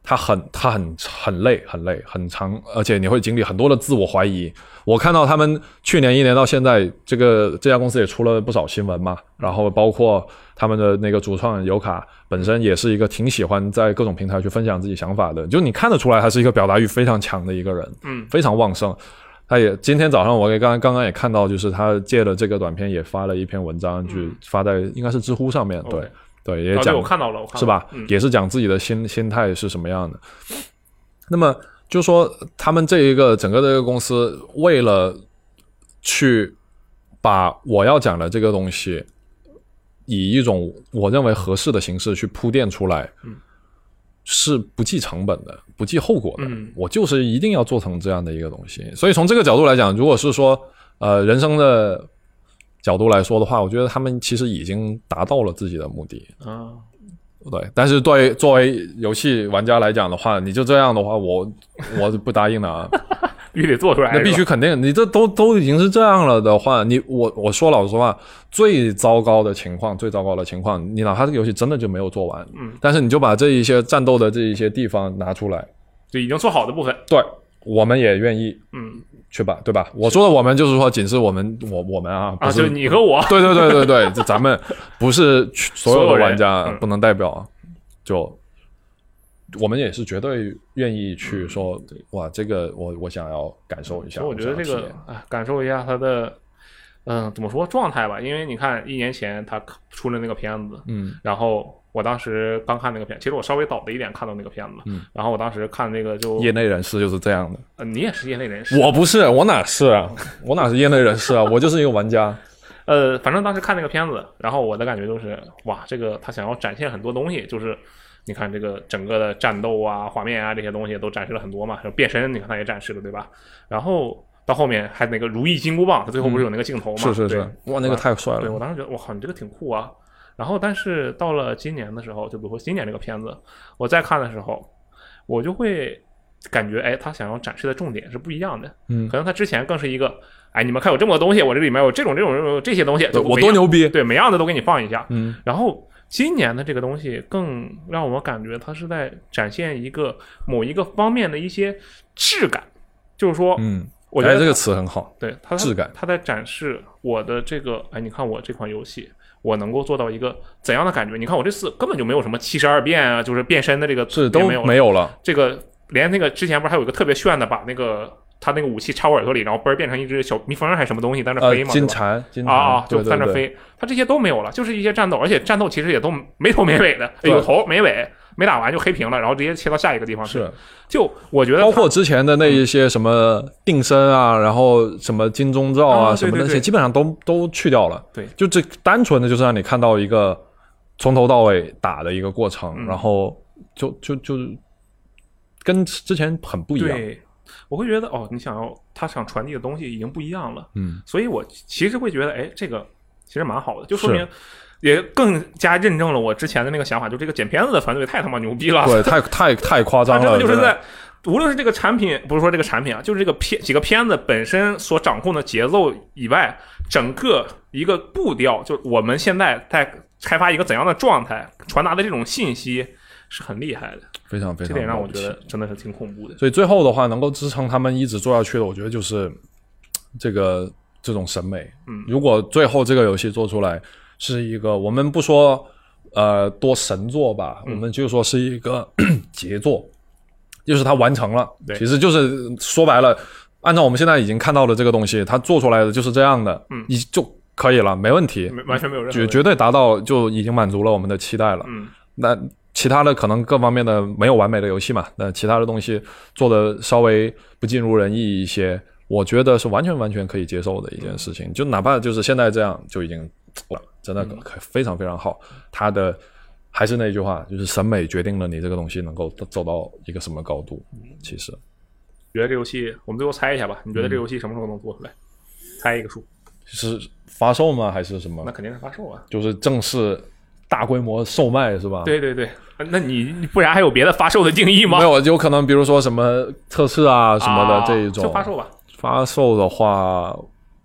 它很它很很累很累很长，而且你会经历很多的自我怀疑。我看到他们去年一年到现在，这个这家公司也出了不少新闻嘛，然后包括他们的那个主创尤卡本身也是一个挺喜欢在各种平台去分享自己想法的，就你看得出来他是一个表达欲非常强的一个人， 嗯， 非常旺盛。他也今天早上我也刚刚刚也看到，就是他借了这个短片也发了一篇文章，嗯、去发在应该是知乎上面，对。Okay. 对，也讲、 哦、我看到了，我看到了是吧、 嗯？ 也是讲自己的心心态是什么样的。那么就说他们这一个整个这个公司，为了去把我要讲的这个东西，以一种我认为合适的形式去铺垫出来， 嗯、 是不计成本的，不计后果的、 嗯。 我就是一定要做成这样的一个东西。所以从这个角度来讲，如果是说呃人生的角度来说的话，我觉得他们其实已经达到了自己的目的啊。 对，但是对作为游戏玩家来讲的话，你就这样的话，我我不答应的啊。 必须得做出来， 那必须肯定，你这都都已经是这样了的话，你我我说老实话，最糟糕的情况，最糟糕的情况，你哪怕这个游戏真的就没有做完， 嗯， 但是你就把这一些战斗的这一些地方拿出来， 就已经做好的部分， 对，我们也愿意， 嗯。 去吧，对吧？我说的我们就是说，仅是我们，我我们啊， 啊，就是你和我， 对对对对对，这咱们不是所有的玩家， 嗯、 不能代表，就我们也是绝对愿意去说，嗯、哇，这个我我想要感受一下。 我觉得这个啊，感受一下他的，嗯，怎么说状态吧？因为你看一年前他出了那个片子， 嗯， 然后。我当时刚看那个片，其实我稍微早了一点看到那个片子， 嗯， 然后我当时看那个就业内人士就是这样的， 呃，你也是业内人士， 我不是，我哪是啊，我哪是业内人士啊，我就是一个玩家， 呃，反正当时看那个片子，然后我的感觉就是，哇，这个他想要展现很多东西，就是你看这个整个的战斗啊、画面啊这些东西都展示了很多嘛，变身你看他也展示了，对吧？然后到后面还那个如意金箍棒，他最后不是有那个镜头嘛？ 嗯、是是是，哇，那个太帅了， 对我当时觉得，哇，你这个挺酷啊。然后，但是到了今年的时候，就比如说今年这个片子，我再看的时候，我就会感觉，哎，他想要展示的重点是不一样的。 嗯， 可能他之前更是一个，哎，你们看有这么多东西，我这里面有这种、这种、这种这些东西， 我多牛逼， 对，每样的都给你放一下。 嗯， 然后今年的这个东西更让我感觉他是在展现一个某一个方面的一些质感，就是说， 嗯， 我觉得这个词很好， 对，他质感， 他在展示我的这个，哎，你看我这款游戏。我能够做到一个怎样的感觉？你看我这次根本就没有什么七十二变啊，就是变身的这个是都没有了。 这个连那个之前不是还有一个特别炫的，把那个他那个武器插我耳朵里，然后嘣变成一只小蜜蜂还是什么东西在那飞嘛？ 呃、金蝉，金蝉啊啊，就在那飞。 对对对， 他这些都没有了，就是一些战斗，而且战斗其实也都没头没尾的，有头没尾。没打完就黑屏了，然后直接切到下一个地方去。 是， 就我觉得包括之前的那一些什么定身啊，嗯、然后什么金钟罩啊， 啊什么那些， 对对对基本上都都去掉了。 对， 就这单纯的就是让你看到一个从头到尾打的一个过程， 嗯、 然后就就就跟之前很不一样。 对，我会觉得哦，你想要他想传递的东西已经不一样了。 嗯， 所以我其实会觉得，哎，这个其实蛮好的，就说明。也更加认证了我之前的那个想法，就这个剪片子的团队太他妈牛逼了， 对，太太太夸张了。 他真的就是在，无论是这个产品，不是说这个产品啊，就是这个片几个片子本身所掌控的节奏以外，整个一个步调，就我们现在在开发一个怎样的状态，传达的这种信息是很厉害的， 非常非常， 这点让我觉得真的是挺恐怖的。 所以最后的话，能够支撑他们一直做下去的，我觉得就是这个这种审美。 嗯， 如果最后这个游戏做出来。是一个我们不说呃多神作吧、嗯、我们就说是一个杰作，就是它完成了，其实就是说白了按照我们现在已经看到的这个东西，它做出来的就是这样的， 嗯， 就可以了，没问题， 完全没有任何绝绝对达到，就已经满足了我们的期待了。 嗯， 那其他的可能各方面的没有完美的游戏嘛，那其他的东西做的稍微不尽如人意一些，我觉得是完全完全可以接受的一件事情、嗯、就哪怕就是现在这样就已经了，真的非常非常好。它的还是那句话，就是审美决定了你这个东西能够走到一个什么高度。其实觉得这游戏我们最后猜一下吧，你觉得这游戏什么时候能做出来、嗯、猜一个数， 是发售吗还是什么？ 那肯定是发售啊， 就是正式大规模售卖是吧？ 对对对，那你不然还有别的发售的定义吗？ 没有，有可能比如说什么测试啊什么的这一种、 啊、就发售吧。 发售的话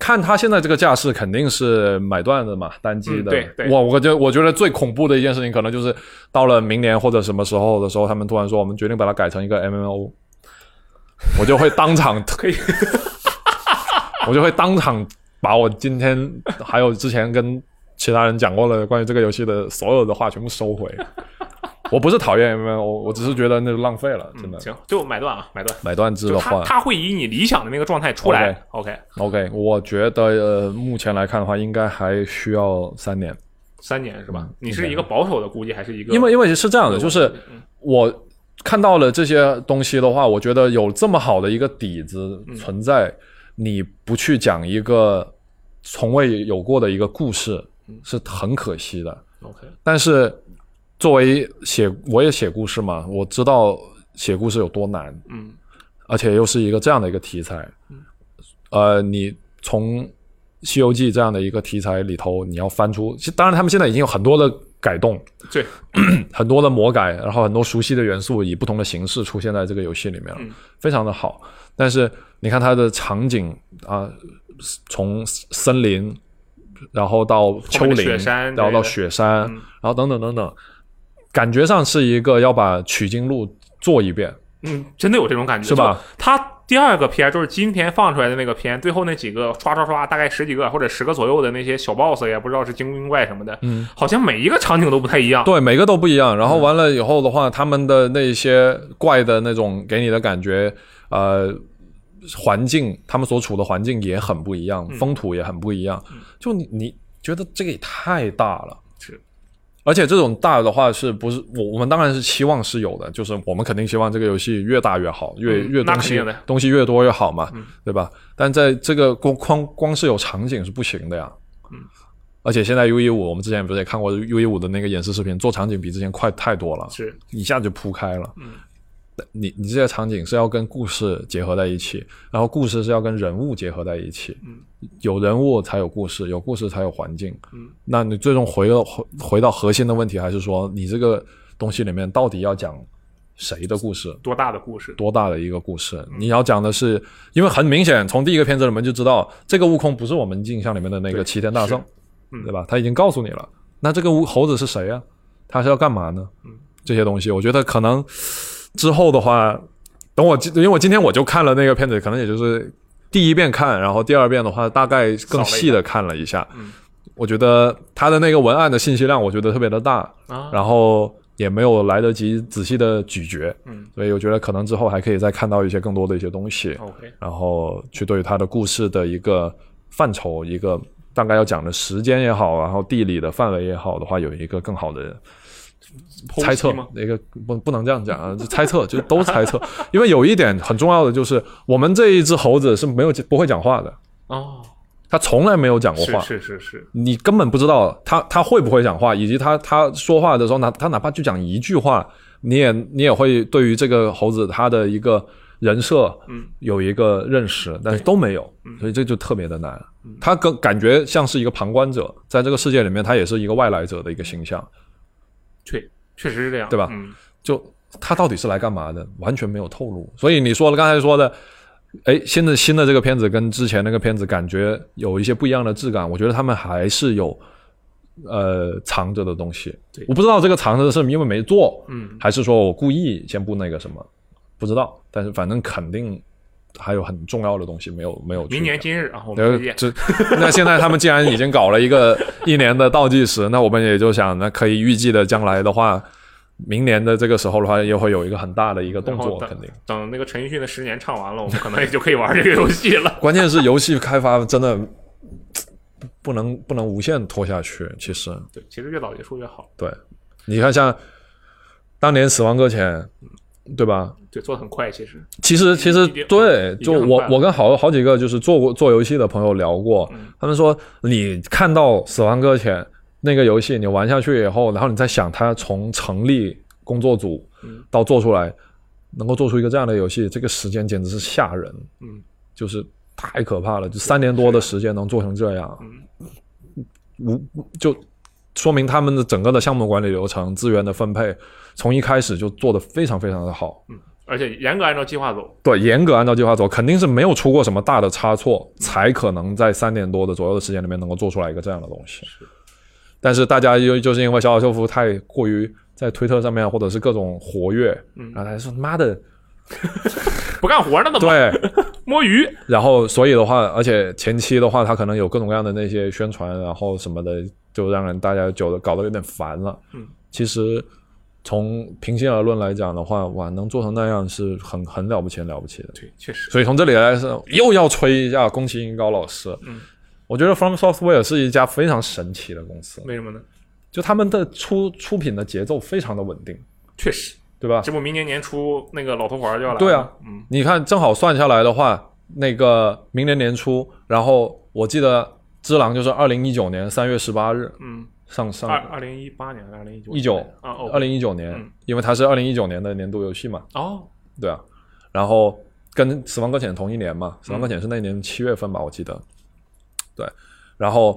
看他现在这个架势，肯定是买断的嘛，单机的。 嗯、对对。 我我觉得我觉得最恐怖的一件事情，可能就是到了明年或者什么时候的时候，他们突然说我们决定把它改成一个 M M O， 我就会当场可以，我就会当场把我今天还有之前跟其他人讲过的关于这个游戏的所有的话全部收回。我不是讨厌 M M O， 我只是觉得那浪费了，真的。 嗯、行，就买断啊，买断。 买断制的话， 它会以你理想的那个状态出来。OK OK， 我觉得、呃、目前来看的话，应该还需要三年。 三年是吧？嗯、你是一个保守的估计，还是一个？ 因为因为是这样的，就是我看到了这些东西的话，我觉得有这么好的一个底子存在，嗯、你不去讲一个从未有过的一个故事，嗯、是很可惜的。 OK， 但是。作为写，我也写故事嘛，我知道写故事有多难， 嗯， 而且又是一个这样的一个题材，嗯，呃，你从《西游记》这样的一个题材里头，你要翻出，当然他们现在已经有很多的改动， 对， 很多的魔改，然后很多熟悉的元素以不同的形式出现在这个游戏里面了， 嗯、 非常的好。但是你看它的场景啊、呃，从森林，然后到丘陵，然后到雪山， 嗯、 然后等等等等。感觉上是一个要把取经路做一遍， 嗯，真的有这种感觉， 是吧？ 他第二个片就是今天放出来的那个片，最后那几个刷刷刷，大概十几个或者十个左右的那些小 boss， 也不知道是精灵怪什么的， 嗯， 好像每一个场景都不太一样， 对，每个都不一样。然后完了以后的话，嗯、他们的那些怪的那种给你的感觉，呃，环境，他们所处的环境也很不一样， 嗯、 风土也很不一样， 嗯、 就你你觉得这个也太大了。 是。 而且这种大的话是不是我我们当然是期望是有的，就是我们肯定希望这个游戏越大越好，越、 嗯、 越东西东西越多越好嘛， 嗯、 对吧？但在这个光光光是有场景是不行的呀。 嗯。 而且现在 U E 五 我们之前不是也看过 U E 五 的那个演示视频，做场景比之前快太多了， 是一下就铺开了。 嗯。 你你这些场景是要跟故事结合在一起，然后故事是要跟人物结合在一起。 嗯。 有人物才有故事，有故事才有环境。 嗯， 那你最终回到回回到核心的问题，还是说你这个东西里面到底要讲谁的故事？ 多大的故事？ 多大的一个故事？嗯、你要讲的是，因为很明显，从第一个片子里面就知道，这个悟空不是我们印象里面的那个齐天大圣， 对, 嗯、 对吧？他已经告诉你了。那这个猴子是谁啊？他是要干嘛呢？ 嗯， 这些东西，我觉得可能之后的话，等我因为我今天我就看了那个片子，可能也就是第一遍看，然后第二遍的话大概更细的看了一下。 嗯， 我觉得他的那个文案的信息量我觉得特别的大， 啊、 然后也没有来得及仔细的咀嚼。 嗯， 所以我觉得可能之后还可以再看到一些更多的一些东西。 OK， 然后去对于他的故事的一个范畴，一个大概要讲的时间也好，然后地理的范围也好的话，有一个更好的猜测。一个不不能这样讲啊，猜测就都猜测。因为有一点很重要的就是，我们这一只猴子是没有不会讲话的哦， 他从来没有讲过话， 是是是是， 你根本不知道他他会不会讲话，以及他他说话的时候，哪他哪怕就讲一句话，你也你也会对于这个猴子他的一个人设嗯有一个认识，但是都没有，所以这就特别的难。他更感觉像是一个旁观者，在这个世界里面，他也是一个外来者的一个形象。 确确实是这样， 对吧？ 嗯， 就他到底是来干嘛的，完全没有透露。所以你说了刚才说的，哎，新的新的这个片子跟之前那个片子感觉有一些不一样的质感，我觉得他们还是有呃藏着的东西。我不知道这个藏着的是因为没做， 嗯， 还是说我故意先布那个什么，不知道。但是反正肯定还有很重要的东西没有没有去。 明年今日啊，我们推荐。 那现在他们既然已经搞了一个一年的倒计时，那我们也就想，那可以预计的将来的话，明年的这个时候的话，又会有一个很大的一个动作，肯定。 等那个陈奕迅的十年唱完了，我们可能也就可以玩这个游戏了。 关键是游戏开发真的不能不能无限拖下去，其实。 对，其实越早结束越好。 对，你看像当年《死亡搁浅》。对吧？ 对，做得很快，其实。 其实，其实对，就我我跟好好几个就是做过做游戏的朋友聊过， 嗯、 他们说，你看到《死亡搁浅》那个游戏，你玩下去以后，然后你再想它从成立工作组到做出来，嗯、能够做出一个这样的游戏，这个时间简直是吓人， 嗯， 就是太可怕了，就三年多的时间能做成这样， 嗯， 无就说明他们的整个的项目管理流程、资源的分配。从一开始就做得非常非常的好， 嗯， 而且严格按照计划走。 对，严格按照计划走，肯定是没有出过什么大的差错，才可能在三年多的左右的时间里面能够做出来一个这样的东西。 是， 但是大家就就是因为小岛秀夫太过于在推特上面或者是各种活跃，嗯，然后他说妈的不干活呢，怎么对摸鱼？ 然后所以的话，而且前期的话，他可能有各种各样的那些宣传，然后什么的，就让人大家久的搞得有点烦了。 嗯， 其实。从平心而论来讲的话，哇，能做成那样是很很了不起、很了不起的。 对，确实。 所以从这里来说，又要吹一下宫崎英高老师。 嗯， 我觉得 From Software 是一家非常神奇的公司。 为什么呢？ 就他们的出出品的节奏非常的稳定。 确实， 对吧？ 这不明年年初那个老头环就要来了。 对啊， 嗯， 你看正好算下来的话，那个明年年初，然后我记得《只狼》就是二零一九年三月十八日。 嗯。 上上二二零一八年还是二零一九？ 一九啊， 二零一九年，嗯，因为它是二零一九年的年度游戏嘛。 哦， 对啊，然后跟《死亡搁浅》同一年嘛，《死亡搁浅》是那年七月份吧，我记得。对，然后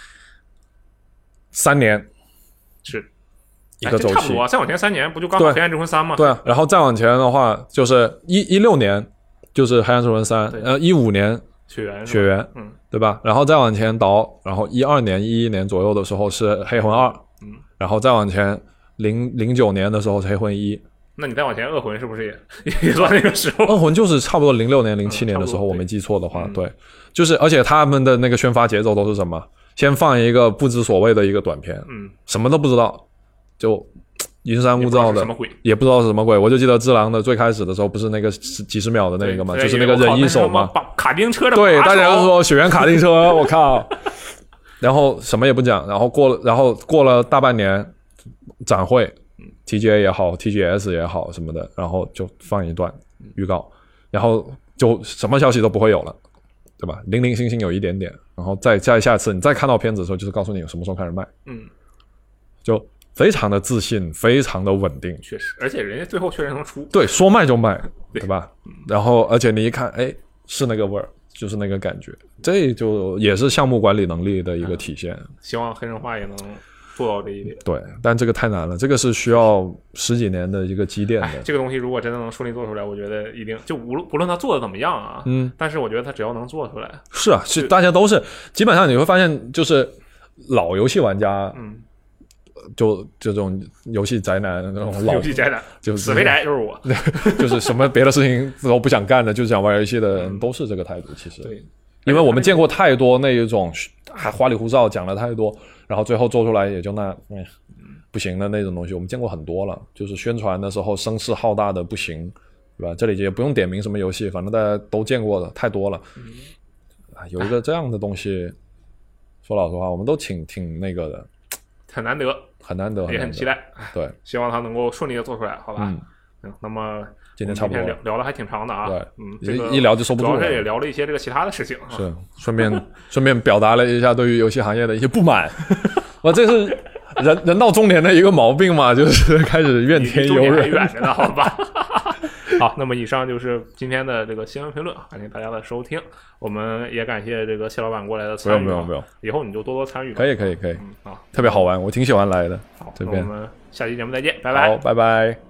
三年是一个周期， 哎、差不多。再往前三年不就刚好《黑暗之魂三》吗？ 对啊，然后再往前的话，就是一一六年就是《黑暗之魂三》，呃，一五年血缘， 血缘， 嗯。 对吧？然后再往前倒，然后一二年、一一年左右的时候是黑魂二， 嗯， 然后再往前零零九年的时候是黑魂一。 那你再往前，恶魂是不是也也算那个时候？ 恶魂就是差不多零六年、零七年的时候，我没记错的话， 嗯、 对，就是而且他们的那个宣发节奏都是什么？先放一个不知所谓的一个短片， 嗯， 什么都不知道，就云山雾罩的， 什么鬼？ 也不知道是什么鬼。我就记得《只狼》的最开始的时候，不是那个几十秒的那个嘛，就是那个忍一手嘛， 卡丁车的对，大家都说血缘卡丁车，我靠。然后什么也不讲，然后过了，然后过了大半年展会 ，T G A 也好 ，T G S 也好什么的，然后就放一段预告，然后就什么消息都不会有了，对吧？零零星星有一点点，然后再再下次你再看到片子的时候，就是告诉你什么时候开始卖， 嗯， 就。非常的自信，非常的稳定， 确实，而且人家最后确实能出， 对，说卖就卖，对, 对吧？然后，而且你一看，哎，是那个味儿，就是那个感觉，这就也是项目管理能力的一个体现。 嗯、希望黑神话也能做到这一点。 对，但这个太难了，这个是需要十几年的一个积淀的。 这个东西如果真的能顺利做出来，我觉得一定就无论不论他做的怎么样啊， 嗯， 但是我觉得他只要能做出来， 是啊，是大家都是，基本上你会发现，就是老游戏玩家， 嗯。 就就这种游戏宅男那种老游戏宅男， 就是死肥宅就是我， 就是什么别的事情都不想干的，就是想玩游戏的人都是这个态度。其实， 对， 因为我们见过太多那一种还花里胡哨讲了太多，然后最后做出来也就那嗯不行的那种东西，我们见过很多了。就是宣传的时候声势浩大的不行，对吧？这里也不用点名什么游戏，反正大家都见过的太多了。啊，有一个这样的东西，说老实话，我们都挺挺那个的， 很难得。 很难得， 也很期待， 对， 希望他能够顺利的做出来，好吧？嗯，嗯那么今天差不多聊聊的还挺长的啊， 对， 嗯，这个一聊就收不住了， 主要是也聊了一些这个其他的事情，啊、 是顺便顺便表达了一下对于游戏行业的一些不满，我这是人人到中年的一个毛病嘛，就是开始怨天尤人， 远着呢，好吧？好，那么以上就是今天的这个新闻评论，感谢大家的收听，我们也感谢这个谢老板过来的参与， 不用不用不用， 以后你就多多参与， 可以可以可以， 嗯，好， 特别好玩，我挺喜欢来的， 好， 这边我们下期节目再见，拜拜， 好，拜拜。